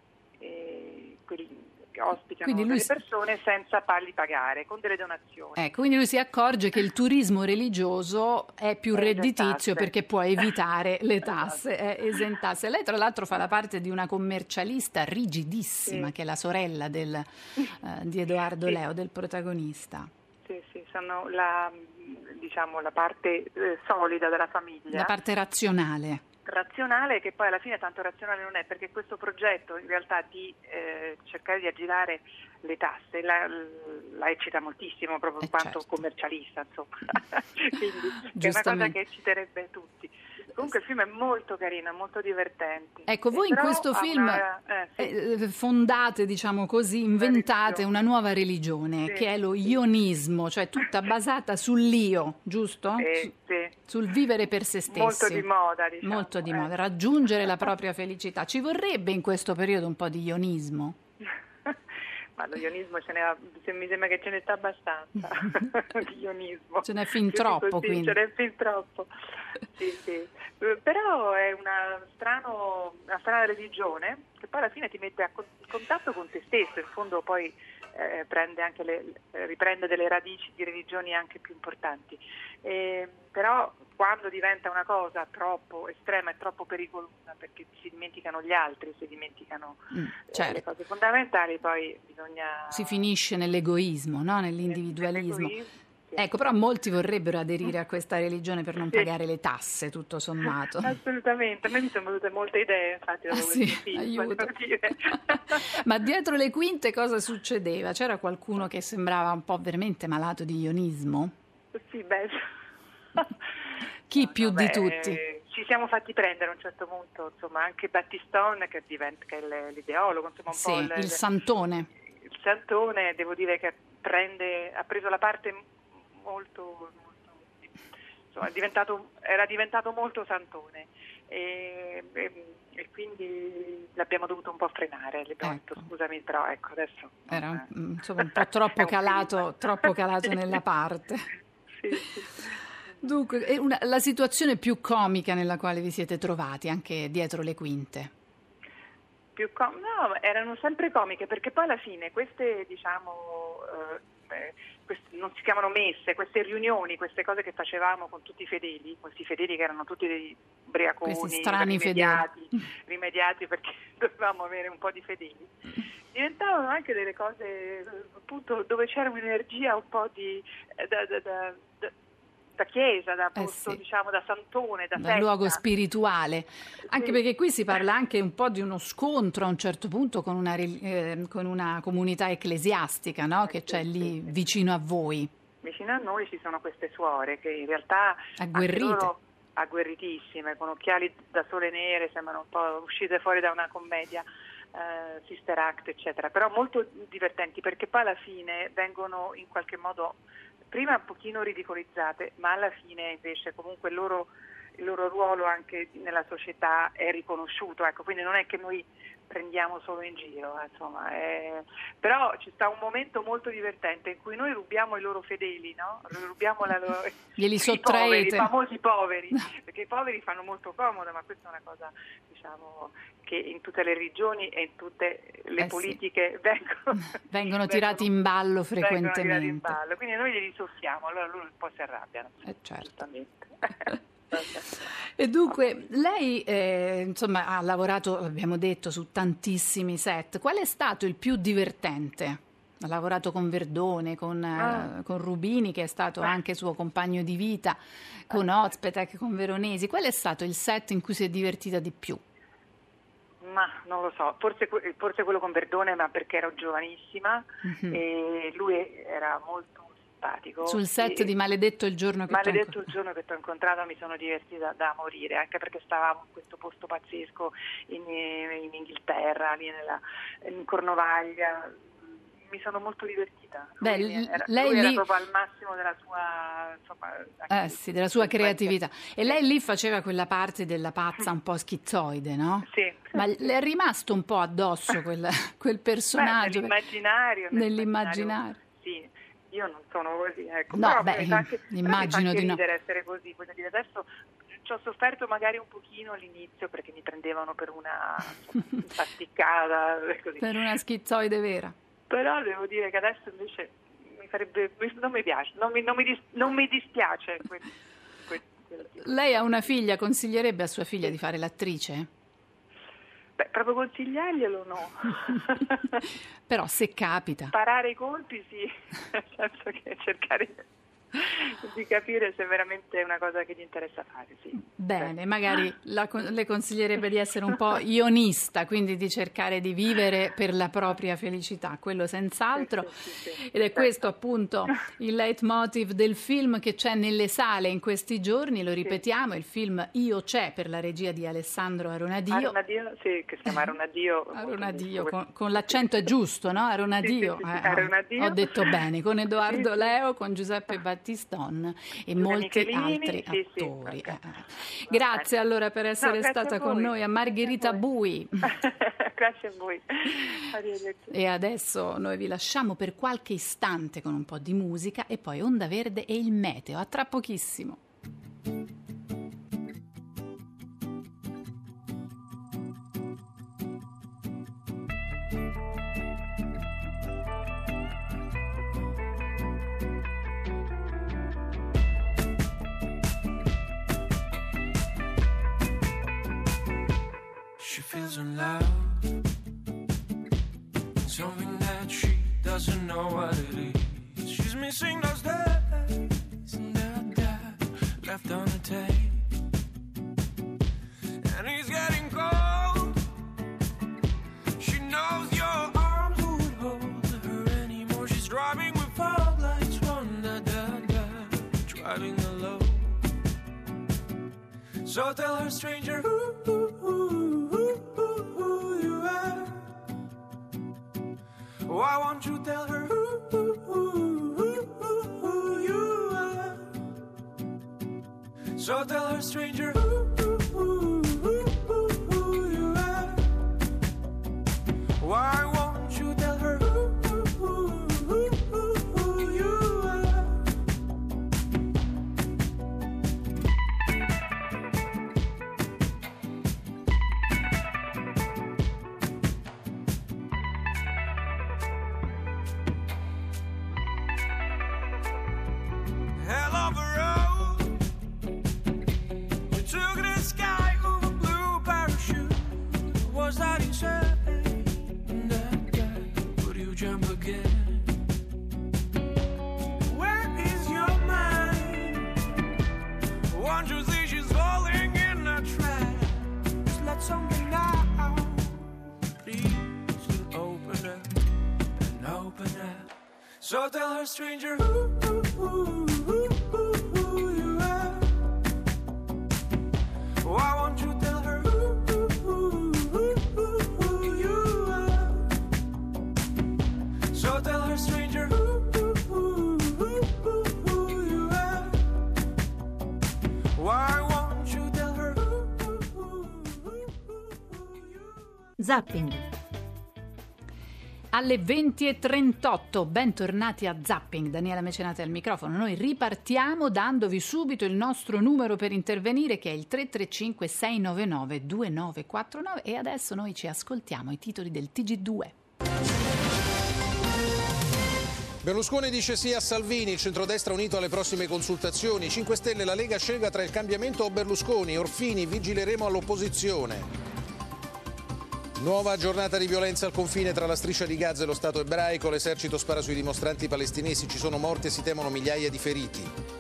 Speaker 23: eh, quelli, che ospitano
Speaker 5: Quindi lui
Speaker 23: delle
Speaker 5: si-
Speaker 23: persone senza farli pagare, con delle donazioni.
Speaker 5: Ecco, quindi lui si accorge che il turismo religioso è più
Speaker 23: È
Speaker 5: redditizio
Speaker 23: esentasse.
Speaker 5: perché può evitare le tasse, è esentasse. Lei tra l'altro fa la parte di una commercialista rigidissima,
Speaker 23: Sì.
Speaker 5: che è la sorella del, eh, di Edoardo
Speaker 23: Sì.
Speaker 5: Leo, del protagonista.
Speaker 23: Sì, sì, sono la, diciamo, la parte eh, solida della famiglia.
Speaker 5: La parte razionale.
Speaker 23: razionale, che poi alla fine tanto razionale non è, perché questo progetto in realtà di eh, cercare di aggirare le tasse la, la eccita moltissimo proprio in
Speaker 5: eh
Speaker 23: quanto
Speaker 5: certo.
Speaker 23: commercialista, insomma. Quindi che è una cosa che ecciterebbe tutti. Comunque il film è molto carino, molto divertente.
Speaker 5: Ecco, voi in questo film
Speaker 23: una, eh, sì.
Speaker 5: eh, fondate, diciamo così, inventate una nuova religione,
Speaker 23: sì,
Speaker 5: che è lo
Speaker 23: sì.
Speaker 5: ionismo, cioè tutta basata sull'io, giusto?
Speaker 23: Sì, sì.
Speaker 5: Sul vivere per se stessi.
Speaker 23: Molto di moda, diciamo.
Speaker 5: Molto di
Speaker 23: eh.
Speaker 5: moda, raggiungere la propria felicità. Ci vorrebbe in questo periodo un po' di ionismo?
Speaker 23: Ma lo ionismo ce n'è, se mi sembra che ce ne sta abbastanza. Di ionismo.
Speaker 5: Ce n'è fin troppo,
Speaker 23: così,
Speaker 5: quindi.
Speaker 23: Ce n'è fin troppo. Sì, sì. Però è una, strano, una strana religione che poi alla fine ti mette a con- contatto con te stesso, in fondo poi eh, prende anche le, riprende delle radici di religioni anche più importanti. Eh, però quando diventa una cosa troppo estrema e troppo pericolosa, perché si dimenticano gli altri, si dimenticano
Speaker 5: Mm,
Speaker 23: eh,
Speaker 5: certo.
Speaker 23: le cose fondamentali, poi bisogna...
Speaker 5: Si finisce nell'egoismo, no? Nell'individualismo.
Speaker 23: Nell'egoismo, sì.
Speaker 5: Ecco, però molti vorrebbero aderire a questa religione per non
Speaker 23: Sì.
Speaker 5: pagare le tasse, tutto sommato.
Speaker 23: Assolutamente, a me mi sono venute molte idee, infatti, dopo
Speaker 5: Ah, sì?
Speaker 23: questo film,
Speaker 5: Aiuto.
Speaker 23: devo dire.
Speaker 5: Ma dietro le quinte cosa succedeva? C'era qualcuno che sembrava un po' veramente malato di ionismo?
Speaker 23: Sì, beh...
Speaker 5: Chi più
Speaker 23: Vabbè,
Speaker 5: di tutti?
Speaker 23: eh, ci siamo fatti prendere a un certo punto, insomma, anche Battistone che diventa che è l'ideologo, insomma, un
Speaker 5: Sì,
Speaker 23: po' il,
Speaker 5: il santone.
Speaker 23: il santone, devo dire che prende, ha preso la parte molto, molto insomma, è diventato, era diventato molto santone e, e, e quindi l'abbiamo dovuto un po' frenare, le abbiamo detto, scusami, però ecco adesso
Speaker 5: Era
Speaker 23: eh,
Speaker 5: mm, insomma, un po' troppo calato, troppo calato nella parte.
Speaker 23: sì, sì.
Speaker 5: Dunque, è una- la situazione più comica nella quale vi siete trovati, anche dietro le quinte?
Speaker 23: Più com- no, erano sempre comiche perché poi alla fine queste, diciamo, eh, eh, queste, non si chiamano messe, queste riunioni, queste cose che facevamo con tutti i fedeli, questi fedeli che erano tutti dei ubriaconi,
Speaker 5: Questi strani
Speaker 23: rimediati, rimediati perché dovevamo avere un po' di fedeli, diventavano anche delle cose appunto dove c'era un'energia un po' di eh, da, da, da, da, da chiesa, da posto,
Speaker 5: sì.
Speaker 23: diciamo, da santone, da
Speaker 5: Dal
Speaker 23: setta.
Speaker 5: luogo spirituale, anche
Speaker 23: Sì.
Speaker 5: perché qui si parla anche un po' di uno scontro a un certo punto con una, rel- eh, con una comunità ecclesiastica, no? Che c'è lì vicino a voi.
Speaker 23: Vicino a noi ci sono queste suore che in realtà
Speaker 5: Agguerrite.
Speaker 23: anche loro agguerritissime, con occhiali da sole nere, sembrano un po' uscite fuori da una commedia, eh, Sister Act, eccetera, però molto divertenti perché poi alla fine vengono in qualche modo prima un pochino ridicolizzate, ma alla fine invece comunque il loro, il loro ruolo anche nella società è riconosciuto, ecco, quindi non è che noi prendiamo solo in giro, eh, insomma, eh, però ci sta un momento molto divertente in cui noi rubiamo i loro fedeli, no? Rubiamo la loro,
Speaker 5: Glieli
Speaker 23: i
Speaker 5: sottraete.
Speaker 23: poveri, i famosi poveri, perché i poveri fanno molto comodo, ma questa è una cosa, diciamo, che in tutte le regioni e in tutte le
Speaker 5: Eh sì.
Speaker 23: politiche vengono,
Speaker 5: Vengono tirati in ballo
Speaker 23: vengono tirati in
Speaker 5: frequentemente.
Speaker 23: ballo, quindi noi glieli soffiamo, allora loro un po' si arrabbiano.
Speaker 5: Eh, certo.
Speaker 23: Giustamente.
Speaker 5: E dunque, lei eh, insomma ha lavorato, abbiamo detto, su tantissimi set. Qual è stato il più divertente? Ha lavorato con Verdone, con, eh,
Speaker 23: Ah.
Speaker 5: con Rubini, che è stato anche suo compagno di vita, con Ozpetek, con Veronesi. Qual è stato il set in cui si è divertita di più?
Speaker 23: Ma non lo so, forse, que- forse quello con Verdone, ma perché ero giovanissima
Speaker 5: Mhm.
Speaker 23: e lui era molto simpatico.
Speaker 5: Sul set
Speaker 23: E-
Speaker 5: di Maledetto il giorno che t'ho
Speaker 23: Maledetto il giorno che ti ho incontrato, mi sono divertita da morire, anche perché stavamo in questo posto pazzesco in, in Inghilterra, lì nella, in Cornovaglia. Mi sono molto divertita.
Speaker 5: Beh,
Speaker 23: Lui
Speaker 5: l-
Speaker 23: era,
Speaker 5: lei
Speaker 23: lui era
Speaker 5: lì-
Speaker 23: proprio al massimo della sua, insomma, anche
Speaker 5: Eh sì, della sua
Speaker 23: in quel-
Speaker 5: creatività. E lei lì faceva quella parte della pazza un po' schizoide, no?
Speaker 23: Sì.
Speaker 5: Ma le è rimasto un po' addosso quel, quel personaggio?
Speaker 23: Beh, nell'immaginario,
Speaker 5: Nell'immaginario.
Speaker 23: Sì, io non sono così, ecco.
Speaker 5: No,
Speaker 23: però
Speaker 5: beh,
Speaker 23: mi fa anche, però mi fa
Speaker 5: immagino
Speaker 23: anche
Speaker 5: di no.
Speaker 23: ridere essere così, voglio dire, adesso ci ho sofferto magari un pochino all'inizio perché mi prendevano per una insomma, impasticcata, così.
Speaker 5: Per una schizoide vera.
Speaker 23: Però devo dire che adesso invece mi farebbe, non mi piace, non mi, non mi, dis- non mi dispiace quel, quel, quel tipo.
Speaker 5: Lei ha una figlia, consiglierebbe a sua figlia di fare l'attrice?
Speaker 23: Beh, proprio consigliarglielo no.
Speaker 5: Però se capita.
Speaker 23: Parare i colpi sì, nel senso che cercare di capire se è veramente una cosa che gli interessa fare, sì.
Speaker 5: Bene, magari la, le consiglierebbe di essere un po' ionista, quindi di cercare di vivere per la propria felicità, quello senz'altro.
Speaker 23: Sì, sì, sì,
Speaker 5: Ed è questo appunto il leitmotiv del film che c'è nelle sale in questi giorni, lo ripetiamo, è il film Io c'è, per la regia di Alessandro Aronadio.
Speaker 23: Aronadio, sì, che si chiama Aronadio.
Speaker 5: Aronadio, con, con l'accento è giusto, no? Aronadio.
Speaker 23: Sì, sì, sì, sì,
Speaker 5: Eh,
Speaker 23: Aronadio.
Speaker 5: Ho detto bene, con Edoardo
Speaker 23: Sì, sì.
Speaker 5: Leo, con Giuseppe Battiston e
Speaker 23: Giulia
Speaker 5: molti
Speaker 23: Michelini,
Speaker 5: altri
Speaker 23: sì, sì,
Speaker 5: attori.
Speaker 23: ok.
Speaker 5: Eh, eh. Grazie allora per essere
Speaker 23: No, grazie
Speaker 5: stata
Speaker 23: a
Speaker 5: con
Speaker 23: voi.
Speaker 5: noi, a Margherita Bui.
Speaker 23: Grazie a voi. Arrivederci.
Speaker 5: E adesso noi vi lasciamo per qualche istante con un po' di musica e poi Onda Verde e il meteo. A tra pochissimo.
Speaker 1: She feels in love, something that she doesn't know what it is. She's missing those days and that that left on the tape. And he's getting cold. She knows your arms won't hold her anymore. She's driving with fog lights, one da da da, driving alone. So tell her, stranger, who, who, who, who, who, who you are. Why won't you tell her who, who, who, who, who, who you are? So tell her, stranger, who, who, who, who, who, who you are. Why won't you tell her who, who, who, who, who, who you are? Hell of a road. You took the sky over blue parachute. Was that insane? That guy, would you jump again? Where is your mind? Won't you see she's falling in a trap? Just let something out. Please open up and open up. So tell her, stranger, who, who, who, who, who, who you are. Why won't you tell her who, who, who, who, who, who you are? So tell her, stranger, who, who, who, who, who, who you are. Why won't you tell her who, who, who, who, who you are?
Speaker 4: Zapping.
Speaker 5: Alle venti e trentotto, bentornati a Zapping, Daniela Mecenate al microfono. Noi ripartiamo dandovi subito il nostro numero per intervenire, che è il tre tre cinque sei nove nove due nove quattro nove, e adesso noi ci ascoltiamo i titoli del T G due.
Speaker 19: Berlusconi dice sì a Salvini, il centrodestra unito alle prossime consultazioni, cinque Stelle, la Lega scelga tra il cambiamento o Berlusconi, Orfini, vigileremo all'opposizione. Nuova giornata di violenza al confine tra la striscia di Gaza e lo Stato ebraico, l'esercito spara sui dimostranti palestinesi, ci sono morti e si temono migliaia di feriti.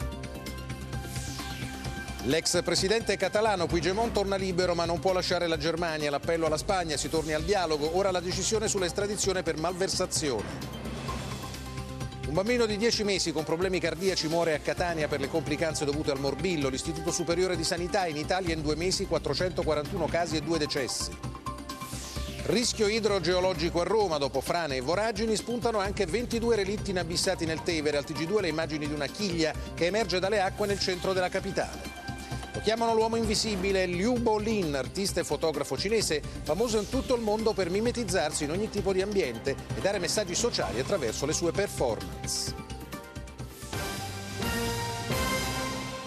Speaker 19: L'ex presidente catalano Puigdemont torna libero ma non può lasciare la Germania, l'appello alla Spagna, si torni al dialogo, ora la decisione sull'estradizione per malversazione. Un bambino di dieci mesi con problemi cardiaci muore a Catania per le complicanze dovute al morbillo, l'Istituto Superiore di Sanità, in Italia in due mesi quattrocentoquarantuno casi e due decessi. Rischio idrogeologico a Roma, dopo frane e voragini spuntano anche ventidue relitti inabissati nel Tevere. Al T G due le immagini di una chiglia che emerge dalle acque nel centro della capitale. Lo chiamano l'uomo invisibile, Liu Bolin, artista e fotografo cinese, famoso in tutto il mondo per mimetizzarsi in ogni tipo di ambiente e dare messaggi sociali attraverso le sue performance.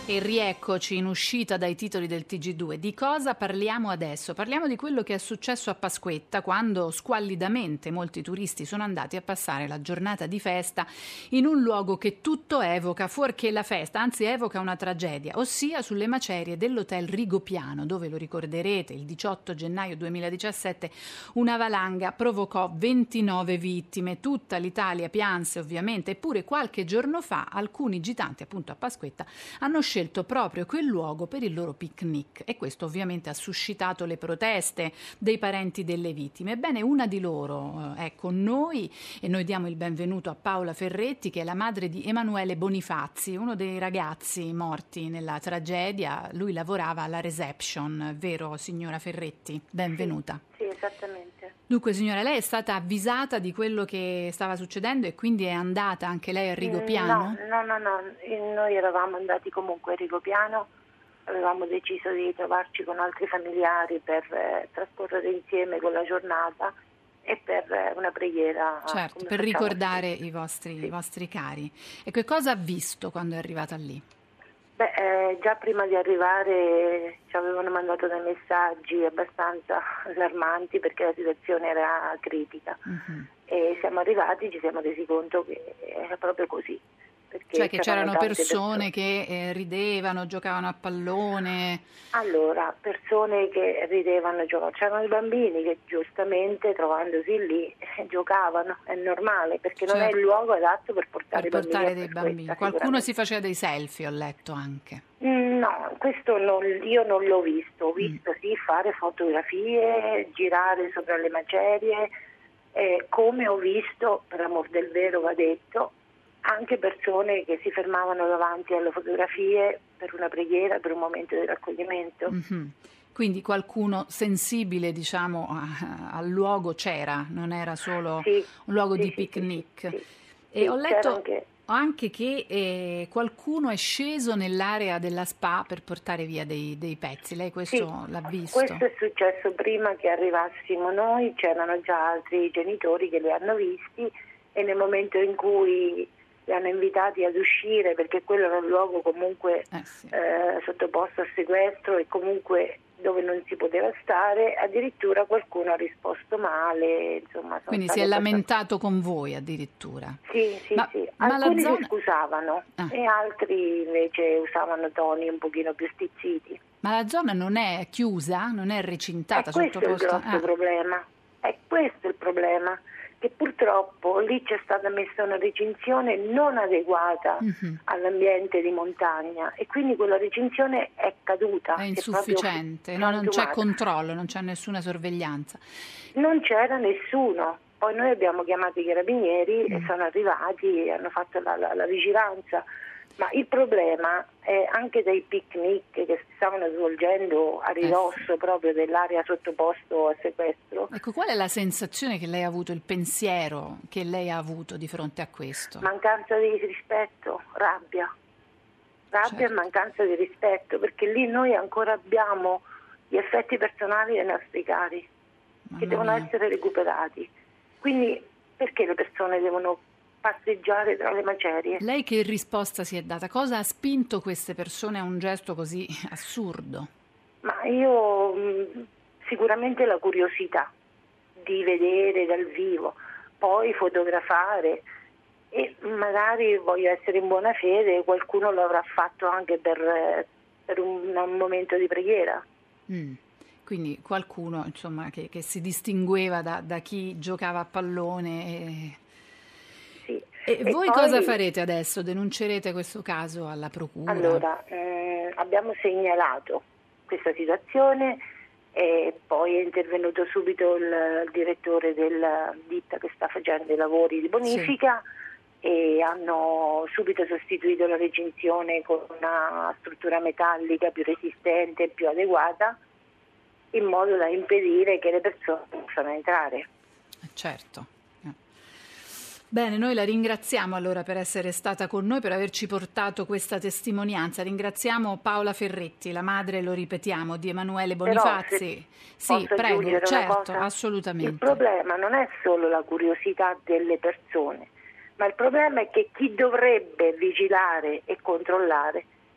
Speaker 5: E rieccoci in uscita dai titoli del T G due. Di cosa parliamo adesso? Parliamo di quello che è successo a Pasquetta, quando squallidamente molti turisti sono andati a passare la giornata di festa in un luogo che tutto evoca, fuorché la festa, anzi evoca una tragedia, ossia sulle macerie dell'hotel Rigopiano, dove, lo ricorderete, il diciotto gennaio duemiladiciassette una valanga provocò ventinove vittime. Tutta l'Italia pianse, ovviamente, eppure qualche giorno fa alcuni gitanti, appunto a Pasquetta, hanno scelto proprio quel luogo per il loro picnic, e questo ovviamente ha suscitato le proteste dei parenti delle vittime. Ebbene, una di loro eh, è con noi, e noi diamo il benvenuto a Paola Ferretti, che è la madre di Emanuele Bonifazzi, uno dei ragazzi morti nella tragedia. Lui lavorava alla reception, vero signora Ferretti? Benvenuta.
Speaker 2: Sì, sì, esattamente.
Speaker 5: Dunque signora, lei è stata avvisata di quello che stava succedendo e quindi è andata anche lei a Rigopiano?
Speaker 2: No, no, no, no. Noi eravamo andati comunque a Rigopiano, avevamo deciso di trovarci con altri familiari per eh, trascorrere insieme quella giornata e per eh, una preghiera.
Speaker 5: Certo, per ricordare i vostri, sì. i vostri cari. E che cosa ha visto quando è arrivata lì?
Speaker 2: Beh, eh, già prima di arrivare ci avevano mandato dei messaggi abbastanza allarmanti perché la situazione era critica. Uh-huh. E siamo arrivati, ci siamo resi conto che era proprio così.
Speaker 5: Cioè che c'erano persone, persone che eh, ridevano, giocavano a pallone.
Speaker 2: Allora, persone che ridevano, giocavano. C'erano i bambini che giustamente, trovandosi lì, eh, giocavano, è normale, perché certo. non è il luogo adatto per portare,
Speaker 5: per portare
Speaker 2: i bambini.
Speaker 5: dei bambini. Qualcuno si faceva dei selfie, ho letto anche.
Speaker 2: No, questo non, io non l'ho visto, ho visto mm. sì fare fotografie, girare sopra le macerie, eh, come ho visto, per amor del vero va detto, anche persone che si fermavano davanti alle fotografie per una preghiera, per un momento di raccoglimento.
Speaker 5: Mm-hmm. Quindi qualcuno sensibile, diciamo, a, al luogo c'era, non era solo
Speaker 2: sì,
Speaker 5: un luogo
Speaker 2: sì,
Speaker 5: di
Speaker 2: sì,
Speaker 5: picnic.
Speaker 2: Sì, sì.
Speaker 5: E
Speaker 2: sì,
Speaker 5: ho letto
Speaker 2: anche...
Speaker 5: anche che eh, qualcuno è sceso nell'area della spa per portare via dei, dei pezzi. Lei questo
Speaker 2: sì,
Speaker 5: l'ha visto?
Speaker 2: Questo è successo prima che arrivassimo noi, c'erano già altri genitori che li hanno visti e nel momento in cui li hanno invitati ad uscire, perché quello era un luogo comunque
Speaker 5: eh sì.
Speaker 2: eh, sottoposto a sequestro e comunque dove non si poteva stare, addirittura qualcuno ha risposto male. Insomma,
Speaker 5: quindi si è lamentato con voi addirittura?
Speaker 2: Sì, sì,
Speaker 5: ma,
Speaker 2: sì.
Speaker 5: Ma
Speaker 2: alcuni
Speaker 5: zona...
Speaker 2: si scusavano ah. e altri invece usavano toni un pochino più stizziti.
Speaker 5: Ma la zona non è chiusa? Non è recintata?
Speaker 2: E questo è il grosso ah. problema. È questo il problema. Che purtroppo lì c'è stata messa una recinzione non adeguata uh-huh. all'ambiente di montagna e quindi quella recinzione è caduta.
Speaker 5: È insufficiente, no, non c'è controllo, non c'è nessuna sorveglianza.
Speaker 2: Non c'era nessuno. Poi noi abbiamo chiamato i carabinieri mm. e sono arrivati e hanno fatto la, la, la vigilanza. Ma il problema è anche dei picnic che si stavano svolgendo a ridosso eh sì. proprio dell'area sottoposto a sequestro.
Speaker 5: Ecco, qual è la sensazione che lei ha avuto, il pensiero che lei ha avuto di fronte a questo?
Speaker 2: Mancanza di rispetto, rabbia. Rabbia certo. e mancanza di rispetto, perché lì noi ancora abbiamo gli effetti personali dei nostri cari, Mamma che devono mia. essere recuperati. Quindi perché le persone devono passeggiare tra le macerie?
Speaker 5: Lei che risposta si è data? Cosa ha spinto queste persone a un gesto così assurdo?
Speaker 2: Ma io mh, sicuramente la curiosità di vedere dal vivo, poi fotografare e magari, voglio essere in buona fede, qualcuno lo avrà fatto anche per, per un, un momento di preghiera.
Speaker 5: Mm. Quindi qualcuno insomma che, che si distingueva da, da chi giocava a pallone e...
Speaker 2: Sì.
Speaker 5: E, e voi
Speaker 2: poi,
Speaker 5: cosa farete adesso? Denuncerete questo caso alla procura?
Speaker 2: Allora, eh, abbiamo segnalato questa situazione e poi è intervenuto subito il, il direttore della ditta che sta facendo i lavori di bonifica sì. e hanno subito sostituito la recinzione con una struttura metallica più resistente e più adeguata, in modo da impedire che le persone possano entrare.
Speaker 5: Certo. Bene, noi la ringraziamo allora per essere stata con noi, per averci portato questa testimonianza. Ringraziamo Paola Ferretti, la madre, lo ripetiamo, di Emanuele Bonifazzi.
Speaker 2: Però,
Speaker 5: sì, prego, certo,
Speaker 2: cosa,
Speaker 5: assolutamente.
Speaker 2: Il problema non è solo la curiosità delle persone, ma il problema è che chi dovrebbe vigilare e controllare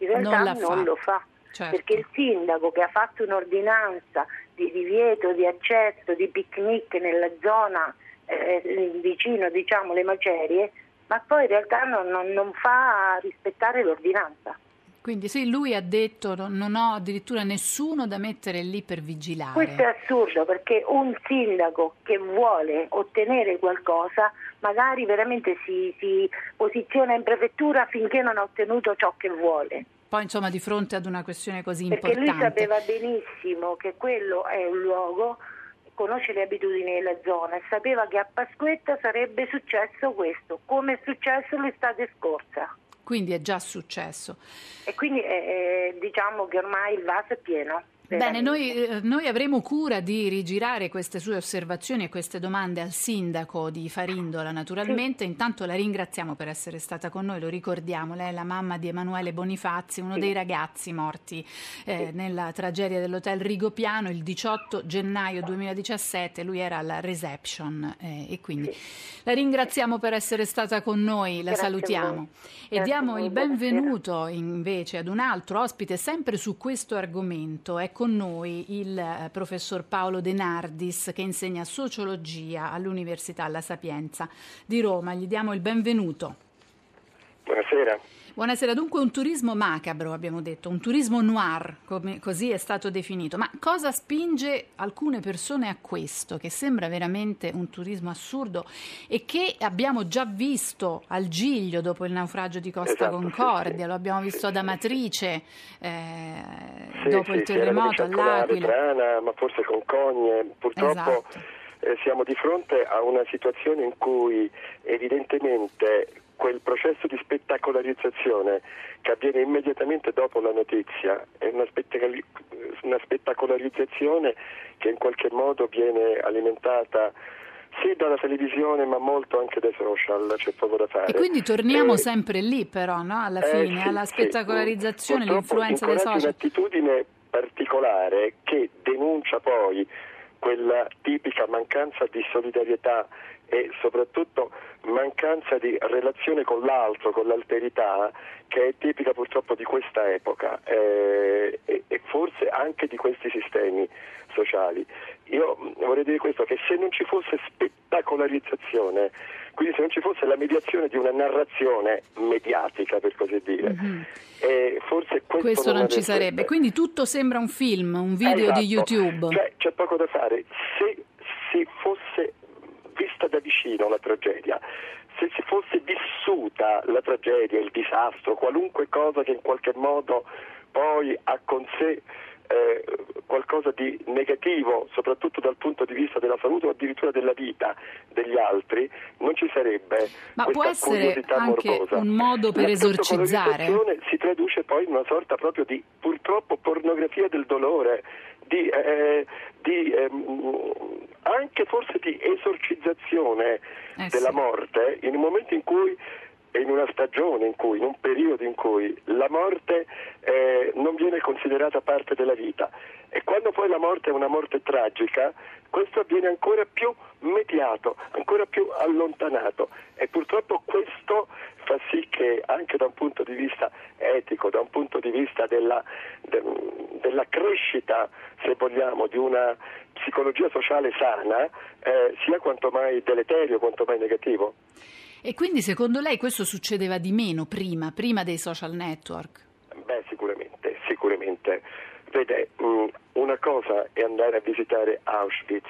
Speaker 2: in realtà
Speaker 5: non,
Speaker 2: non
Speaker 5: fa.
Speaker 2: lo fa,
Speaker 5: certo.
Speaker 2: Perché il sindaco che ha fatto un'ordinanza di divieto di accesso di picnic nella zona eh, vicino, diciamo, le macerie, ma poi in realtà non, non, non fa rispettare l'ordinanza.
Speaker 5: Quindi sì, lui ha detto no, non ho addirittura nessuno da mettere lì per vigilare.
Speaker 2: Questo è assurdo, perché un sindaco che vuole ottenere qualcosa magari veramente si, si posiziona in prefettura finché non ha ottenuto ciò che vuole.
Speaker 5: Poi insomma di fronte ad una questione così
Speaker 2: Perché
Speaker 5: importante.
Speaker 2: lui sapeva benissimo che quello è un luogo, conosce le abitudini della zona e sapeva che a Pasquetta sarebbe successo questo, come è successo l'estate scorsa.
Speaker 5: Quindi è già successo.
Speaker 2: E quindi eh, diciamo che ormai il vaso è pieno.
Speaker 5: Bene, noi, eh, noi avremo cura di rigirare queste sue osservazioni e queste domande al sindaco di Farindola, naturalmente. Sì. Intanto la ringraziamo per essere stata con noi, lo ricordiamo, lei è la mamma di Emanuele Bonifazzi, uno sì. dei ragazzi morti eh, sì. nella tragedia dell'hotel Rigopiano il diciotto gennaio duemiladiciassette, lui era alla reception eh, e quindi sì. la ringraziamo per essere stata con noi, la
Speaker 2: Grazie
Speaker 5: salutiamo e
Speaker 2: Grazie
Speaker 5: diamo
Speaker 2: voi,
Speaker 5: il benvenuto invece ad un altro ospite sempre su questo argomento. Ecco con noi il eh, professor Paolo De Nardis, che insegna sociologia all'Università La Sapienza di Roma. Gli diamo il benvenuto.
Speaker 3: Buonasera.
Speaker 5: Buonasera, dunque un turismo macabro, abbiamo detto, un turismo noir, come, così è stato definito. Ma cosa spinge alcune persone a questo, che sembra veramente un turismo assurdo e che abbiamo già visto al Giglio dopo il naufragio di Costa
Speaker 3: esatto,
Speaker 5: Concordia,
Speaker 3: sì, sì.
Speaker 5: lo abbiamo visto
Speaker 3: sì,
Speaker 5: ad Amatrice, eh,
Speaker 3: sì,
Speaker 5: dopo
Speaker 3: sì,
Speaker 5: il terremoto
Speaker 3: sì,
Speaker 5: all'Aquila.
Speaker 3: Trana, ma forse con Cogne, purtroppo
Speaker 5: esatto.
Speaker 3: eh, siamo di fronte a una situazione in cui evidentemente quel processo di spettacolarizzazione che avviene immediatamente dopo la notizia è una, spettacol- una spettacolarizzazione che in qualche modo viene alimentata sì dalla televisione ma molto anche dai social, c'è poco da fare.
Speaker 5: E quindi torniamo
Speaker 3: eh,
Speaker 5: sempre lì però, no? Alla
Speaker 3: eh,
Speaker 5: fine,
Speaker 3: sì,
Speaker 5: alla spettacolarizzazione,
Speaker 3: sì.
Speaker 5: l'influenza dei social.
Speaker 3: Un'attitudine particolare che denuncia poi quella tipica mancanza di solidarietà e soprattutto mancanza di relazione con l'altro, con l'alterità, che è tipica purtroppo di questa epoca eh, e, e forse anche di questi sistemi sociali. Io vorrei dire questo, che se non ci fosse spettacolarizzazione, quindi se non ci fosse la mediazione di una narrazione mediatica, per così dire,
Speaker 5: mm-hmm.
Speaker 3: eh, forse questo,
Speaker 5: questo non, non ci sarebbe.
Speaker 3: Essere.
Speaker 5: Quindi tutto sembra un film, un video
Speaker 3: esatto.
Speaker 5: di YouTube.
Speaker 3: Cioè, c'è poco da fare. Se si fosse vista da vicino la tragedia, se si fosse vissuta la tragedia, il disastro, qualunque cosa che in qualche modo poi ha con sé eh, qualcosa di negativo, soprattutto dal punto di vista della salute o addirittura della vita degli altri, non ci sarebbe
Speaker 5: Ma
Speaker 3: questa
Speaker 5: può essere anche
Speaker 3: morbosa.
Speaker 5: un modo per
Speaker 3: la
Speaker 5: esorcizzare?
Speaker 3: Si traduce poi in una sorta proprio di purtroppo pornografia del dolore, di, eh, di ehm, anche forse di esorcizzazione
Speaker 5: eh
Speaker 3: della
Speaker 5: sì.
Speaker 3: morte in un momento in cui e in una stagione in cui, in un periodo in cui la morte eh, non viene considerata parte della vita e quando poi la morte è una morte tragica, questo avviene ancora più mediato, ancora più allontanato e purtroppo questo fa sì che anche da un punto di vista etico, da un punto di vista della, de, della crescita, se vogliamo, di una psicologia sociale sana, eh, sia quanto mai deleterio, quanto mai negativo.
Speaker 5: E quindi secondo lei questo succedeva di meno prima, prima dei social network?
Speaker 3: Beh, sicuramente, sicuramente. Vede, mh, una cosa è andare a visitare Auschwitz,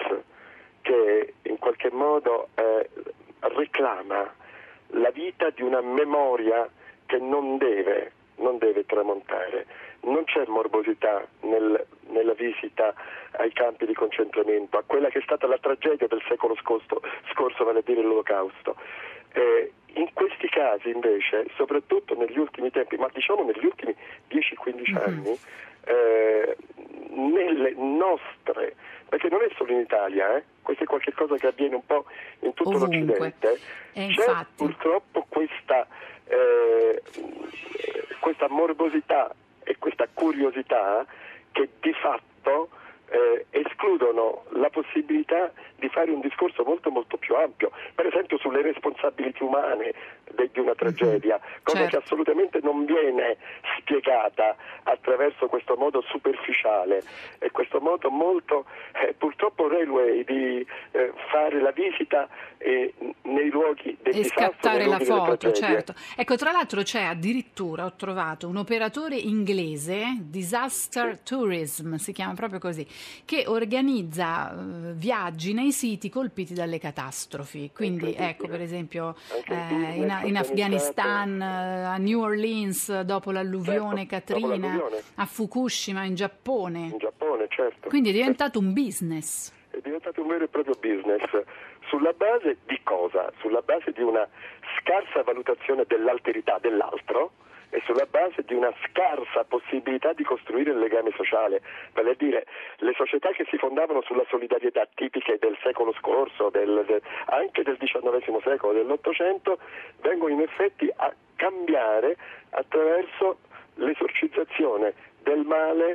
Speaker 3: che in qualche modo eh, reclama la vita di una memoria che non deve, non deve tramontare. Non c'è morbosità nel, nella visita ai campi di concentramento, a quella che è stata la tragedia del secolo scorso, scorso vale a dire l'Olocausto. Eh, in questi casi invece, soprattutto negli ultimi tempi, ma diciamo negli ultimi dieci quindici mm-hmm. anni, eh, nelle nostre, perché non è solo in Italia, eh, questo è qualcosa che avviene un po' in tutto
Speaker 5: ovunque.
Speaker 3: l'Occidente,
Speaker 5: e
Speaker 3: c'è
Speaker 5: infatti.
Speaker 3: purtroppo questa, eh, questa morbosità e questa curiosità che di fatto eh, escludono la possibilità di fare un discorso molto molto più ampio, per esempio sulle responsabilità umane de, di una tragedia, cosa
Speaker 5: certo.
Speaker 3: che assolutamente non viene spiegata attraverso questo modo superficiale e questo modo molto eh, purtroppo railway di eh, fare la visita eh, nei luoghi del
Speaker 5: e
Speaker 3: disastro,
Speaker 5: scattare
Speaker 3: nei
Speaker 5: la
Speaker 3: luoghi delle
Speaker 5: foto,
Speaker 3: tragedie.
Speaker 5: certo. Ecco, tra l'altro c'è addirittura, ho trovato un operatore inglese, Disaster Tourism, si chiama proprio così, che organizza uh, viaggi nei siti colpiti dalle catastrofi. Quindi ecco, per esempio eh, in, in Afghanistan, uh, a New Orleans dopo l'alluvione
Speaker 3: certo,
Speaker 5: Katrina,
Speaker 3: dopo l'alluvione.
Speaker 5: a Fukushima in Giappone.
Speaker 3: In Giappone, certo.
Speaker 5: Quindi è diventato un business.
Speaker 3: È diventato un vero e proprio business. Sulla base di cosa? Sulla base di una scarsa valutazione dell'alterità dell'altro e sulla base di una scarsa possibilità di costruire il legame sociale, vale a dire le società che si fondavano sulla solidarietà tipiche del secolo scorso, del, del, anche del diciannovesimo secolo, dell'Ottocento, vengono in effetti a cambiare attraverso l'esorcizzazione del male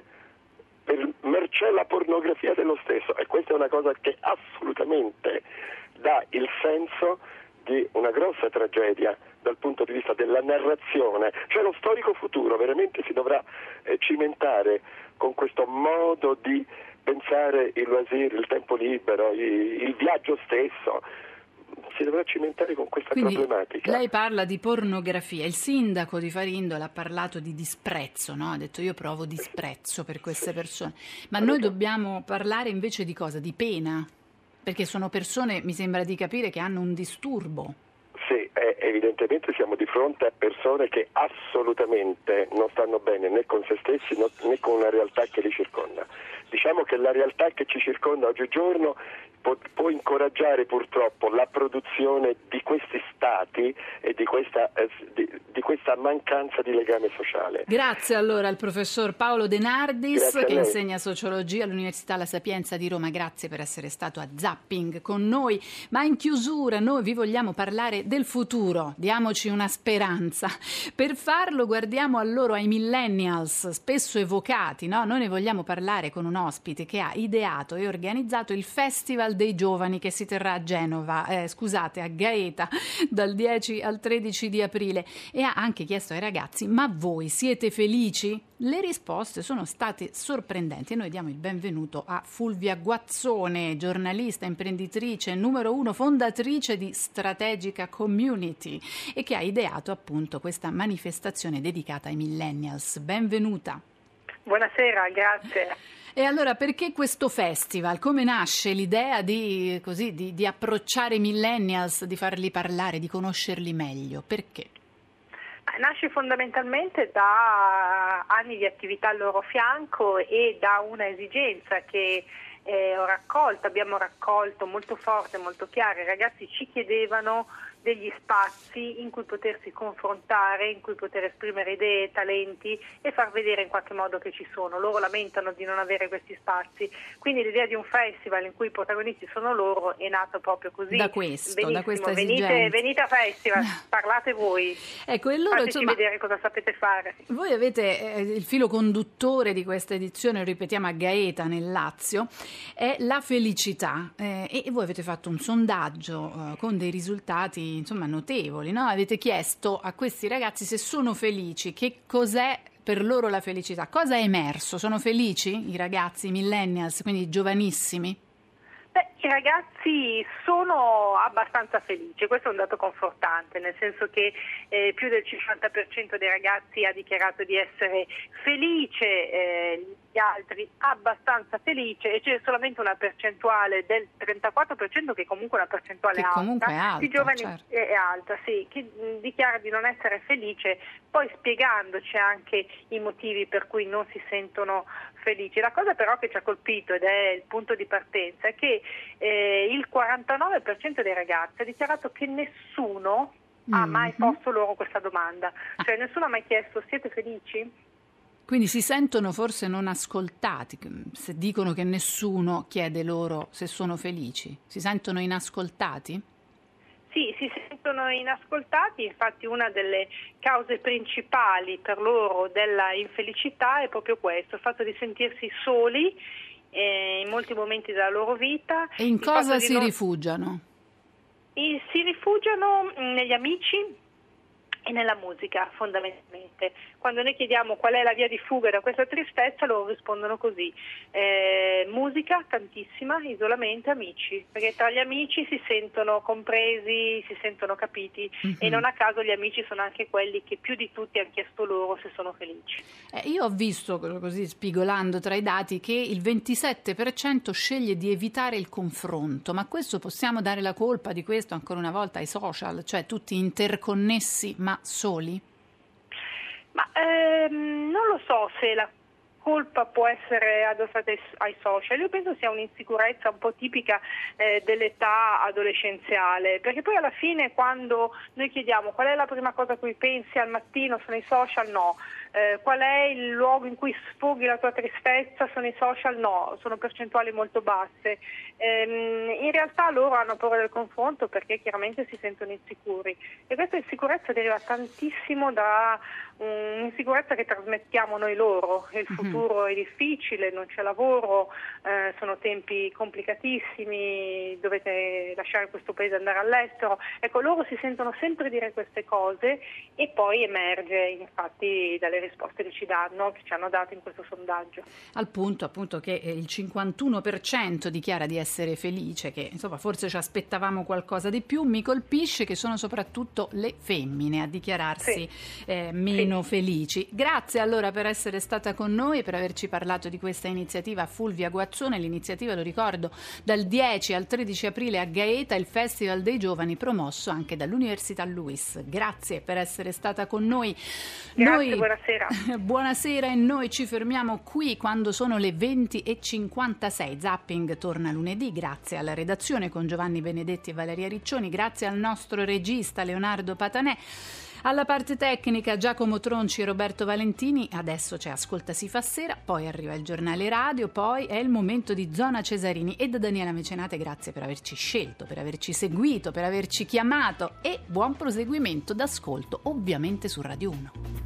Speaker 3: per mercé la pornografia dello stesso, e questa è una cosa che assolutamente dà il senso di una grossa tragedia dal punto di vista della narrazione, cioè lo storico futuro veramente si dovrà eh, cimentare con questo modo di pensare il loisir, il tempo libero, il, il viaggio stesso, si dovrà cimentare con questa
Speaker 5: Quindi
Speaker 3: problematica.
Speaker 5: Lei parla di pornografia, il sindaco di Farindola ha parlato di disprezzo, no? Ha detto io provo disprezzo per queste persone, ma noi dobbiamo parlare invece di cosa? Di pena? Perché sono persone, mi sembra di capire, che hanno un disturbo.
Speaker 3: Sì, eh, evidentemente siamo di fronte a persone che assolutamente non stanno bene né con se stessi né con una realtà che li circonda. Diciamo che la realtà che ci circonda oggigiorno può, può incoraggiare purtroppo la produzione di questi stati e di questa, eh, di, di questa mancanza di legame sociale.
Speaker 5: Grazie allora al professor Paolo De Nardis, che
Speaker 3: lei.
Speaker 5: insegna sociologia all'Università La Sapienza di Roma. Grazie per essere stato a Zapping con noi. Ma in chiusura noi vi vogliamo parlare del futuro, diamoci una speranza. Per farlo guardiamo a loro, ai millennials, spesso evocati, no? Noi ne vogliamo parlare con un ospite che ha ideato e organizzato il Festival dei Giovani che si terrà a Genova, eh, scusate, a Gaeta, dal dieci al tredici di aprile, e ha anche chiesto ai ragazzi: ma voi siete felici? Le risposte sono state sorprendenti e noi diamo il benvenuto a Fulvia Guazzone, giornalista, imprenditrice, numero uno, fondatrice di Strategica Community, e che ha ideato appunto questa manifestazione dedicata ai millennials. Benvenuta.
Speaker 23: Buonasera, grazie.
Speaker 5: E allora, perché questo festival? Come nasce l'idea di, così, di, di approcciare i millennials, di farli parlare, di conoscerli meglio? Perché?
Speaker 23: Nasce fondamentalmente da anni di attività al loro fianco e da una esigenza che eh, ho raccolto, abbiamo raccolto molto forte, molto chiara. I ragazzi ci chiedevano degli spazi in cui potersi confrontare, in cui poter esprimere idee, talenti e far vedere in qualche modo che ci sono. Loro lamentano di non avere questi spazi, quindi l'idea di un festival in cui i protagonisti sono loro è nata proprio così.
Speaker 5: Da questo,
Speaker 23: Benissimo.
Speaker 5: da questa
Speaker 23: venite,
Speaker 5: esigenza.
Speaker 23: venite a festival, parlate voi,
Speaker 5: ecco, e loro,
Speaker 23: fateci
Speaker 5: insomma,
Speaker 23: vedere cosa sapete fare.
Speaker 5: Voi avete eh, il filo conduttore di questa edizione, lo ripetiamo, a Gaeta nel Lazio, è la felicità, eh, e voi avete fatto un sondaggio eh, con dei risultati insomma notevoli, no? Avete chiesto a questi ragazzi se sono felici, che cos'è per loro la felicità, cosa è emerso? Sono felici i ragazzi, i millennials, quindi i giovanissimi?
Speaker 23: Beh, i ragazzi sono abbastanza felici, questo è un dato confortante, nel senso che eh, più del cinquanta per cento dei ragazzi ha dichiarato di essere felice, eh, gli altri abbastanza felice, e c'è solamente una percentuale del trentaquattro per cento che è comunque una percentuale
Speaker 5: che
Speaker 23: alta,
Speaker 5: comunque è alta,
Speaker 23: di giovani
Speaker 5: certo.
Speaker 23: è alta, sì, che mh, dichiara di non essere felice, poi spiegandoci anche i motivi per cui non si sentono felici. La cosa però che ci ha colpito, ed è il punto di partenza, è che eh, il quarantanove per cento dei ragazzi ha dichiarato che nessuno mm-hmm. ha mai posto loro questa domanda, cioè nessuno ha mai chiesto: siete felici?
Speaker 5: Quindi si sentono forse non ascoltati, se dicono che nessuno chiede loro se sono felici, si sentono inascoltati?
Speaker 23: Sì, si sentono inascoltati, infatti una delle cause principali per loro della infelicità è proprio questo, il fatto di sentirsi soli
Speaker 6: eh, in molti momenti della loro vita.
Speaker 5: E in
Speaker 6: Il
Speaker 5: cosa
Speaker 6: fatto di
Speaker 5: si
Speaker 6: non-
Speaker 5: rifugiano?
Speaker 6: E si rifugiano mh, negli amici e nella musica, fondamentalmente. Quando noi chiediamo qual è la via di fuga da questa tristezza, loro rispondono così: eh, musica, tantissima, isolamento, amici, perché tra gli amici si sentono compresi, si sentono capiti,
Speaker 5: Mhm.
Speaker 6: e non a caso gli amici sono anche quelli che più di tutti hanno chiesto loro se sono felici.
Speaker 5: Eh, io ho visto, così spigolando tra i dati, che il ventisette per cento sceglie di evitare il confronto, ma questo possiamo dare la colpa di questo ancora una volta ai social, cioè tutti interconnessi ma soli?
Speaker 6: Ma ehm, non lo so se la colpa può essere addossata ai- ai social. Io penso sia un'insicurezza un po' tipica eh, dell'età adolescenziale, perché poi alla fine, quando noi chiediamo qual è la prima cosa a cui pensi al mattino, sono i social? No. Eh, qual è il luogo in cui sfoghi la tua tristezza? Sono i social? No, sono percentuali molto basse. Ehm, in realtà loro hanno paura del confronto perché chiaramente si sentono insicuri, e questa insicurezza deriva tantissimo da un'insicurezza che trasmettiamo noi loro. Il futuro è difficile, non c'è lavoro, eh, sono tempi complicatissimi, dovete lasciare questo paese e andare all'estero. Ecco, loro si sentono sempre dire queste cose, e poi emerge infatti dalle risposte che ci danno, che ci hanno dato in questo sondaggio.
Speaker 5: Al punto appunto che eh, il cinquantuno per cento dichiara di essere felice, che insomma forse ci aspettavamo qualcosa di più. Mi colpisce che sono soprattutto le femmine a dichiararsi eh, meno felici. Grazie allora per essere stata con noi e per averci parlato di questa iniziativa Fulvia Guazzone. L'iniziativa, lo ricordo, dal dieci al tredici aprile a Gaeta, il Festival dei Giovani promosso anche dall'Università Luis. Grazie per essere stata con noi.
Speaker 6: Grazie,
Speaker 5: Noi...
Speaker 6: buonasera.
Speaker 5: Buonasera, e noi ci fermiamo qui quando sono le venti e cinquantasei. Zapping torna lunedì, grazie alla redazione con Giovanni Benedetti e Valeria Riccioni, grazie al nostro regista Leonardo Patanè, alla parte tecnica Giacomo Tronci e Roberto Valentini. Adesso c'è Ascolta si fa sera, poi arriva il giornale radio, poi è il momento di Zona Cesarini. E da Daniela Mecenate grazie per averci scelto, per averci seguito, per averci chiamato, e buon proseguimento d'ascolto ovviamente su Radio uno.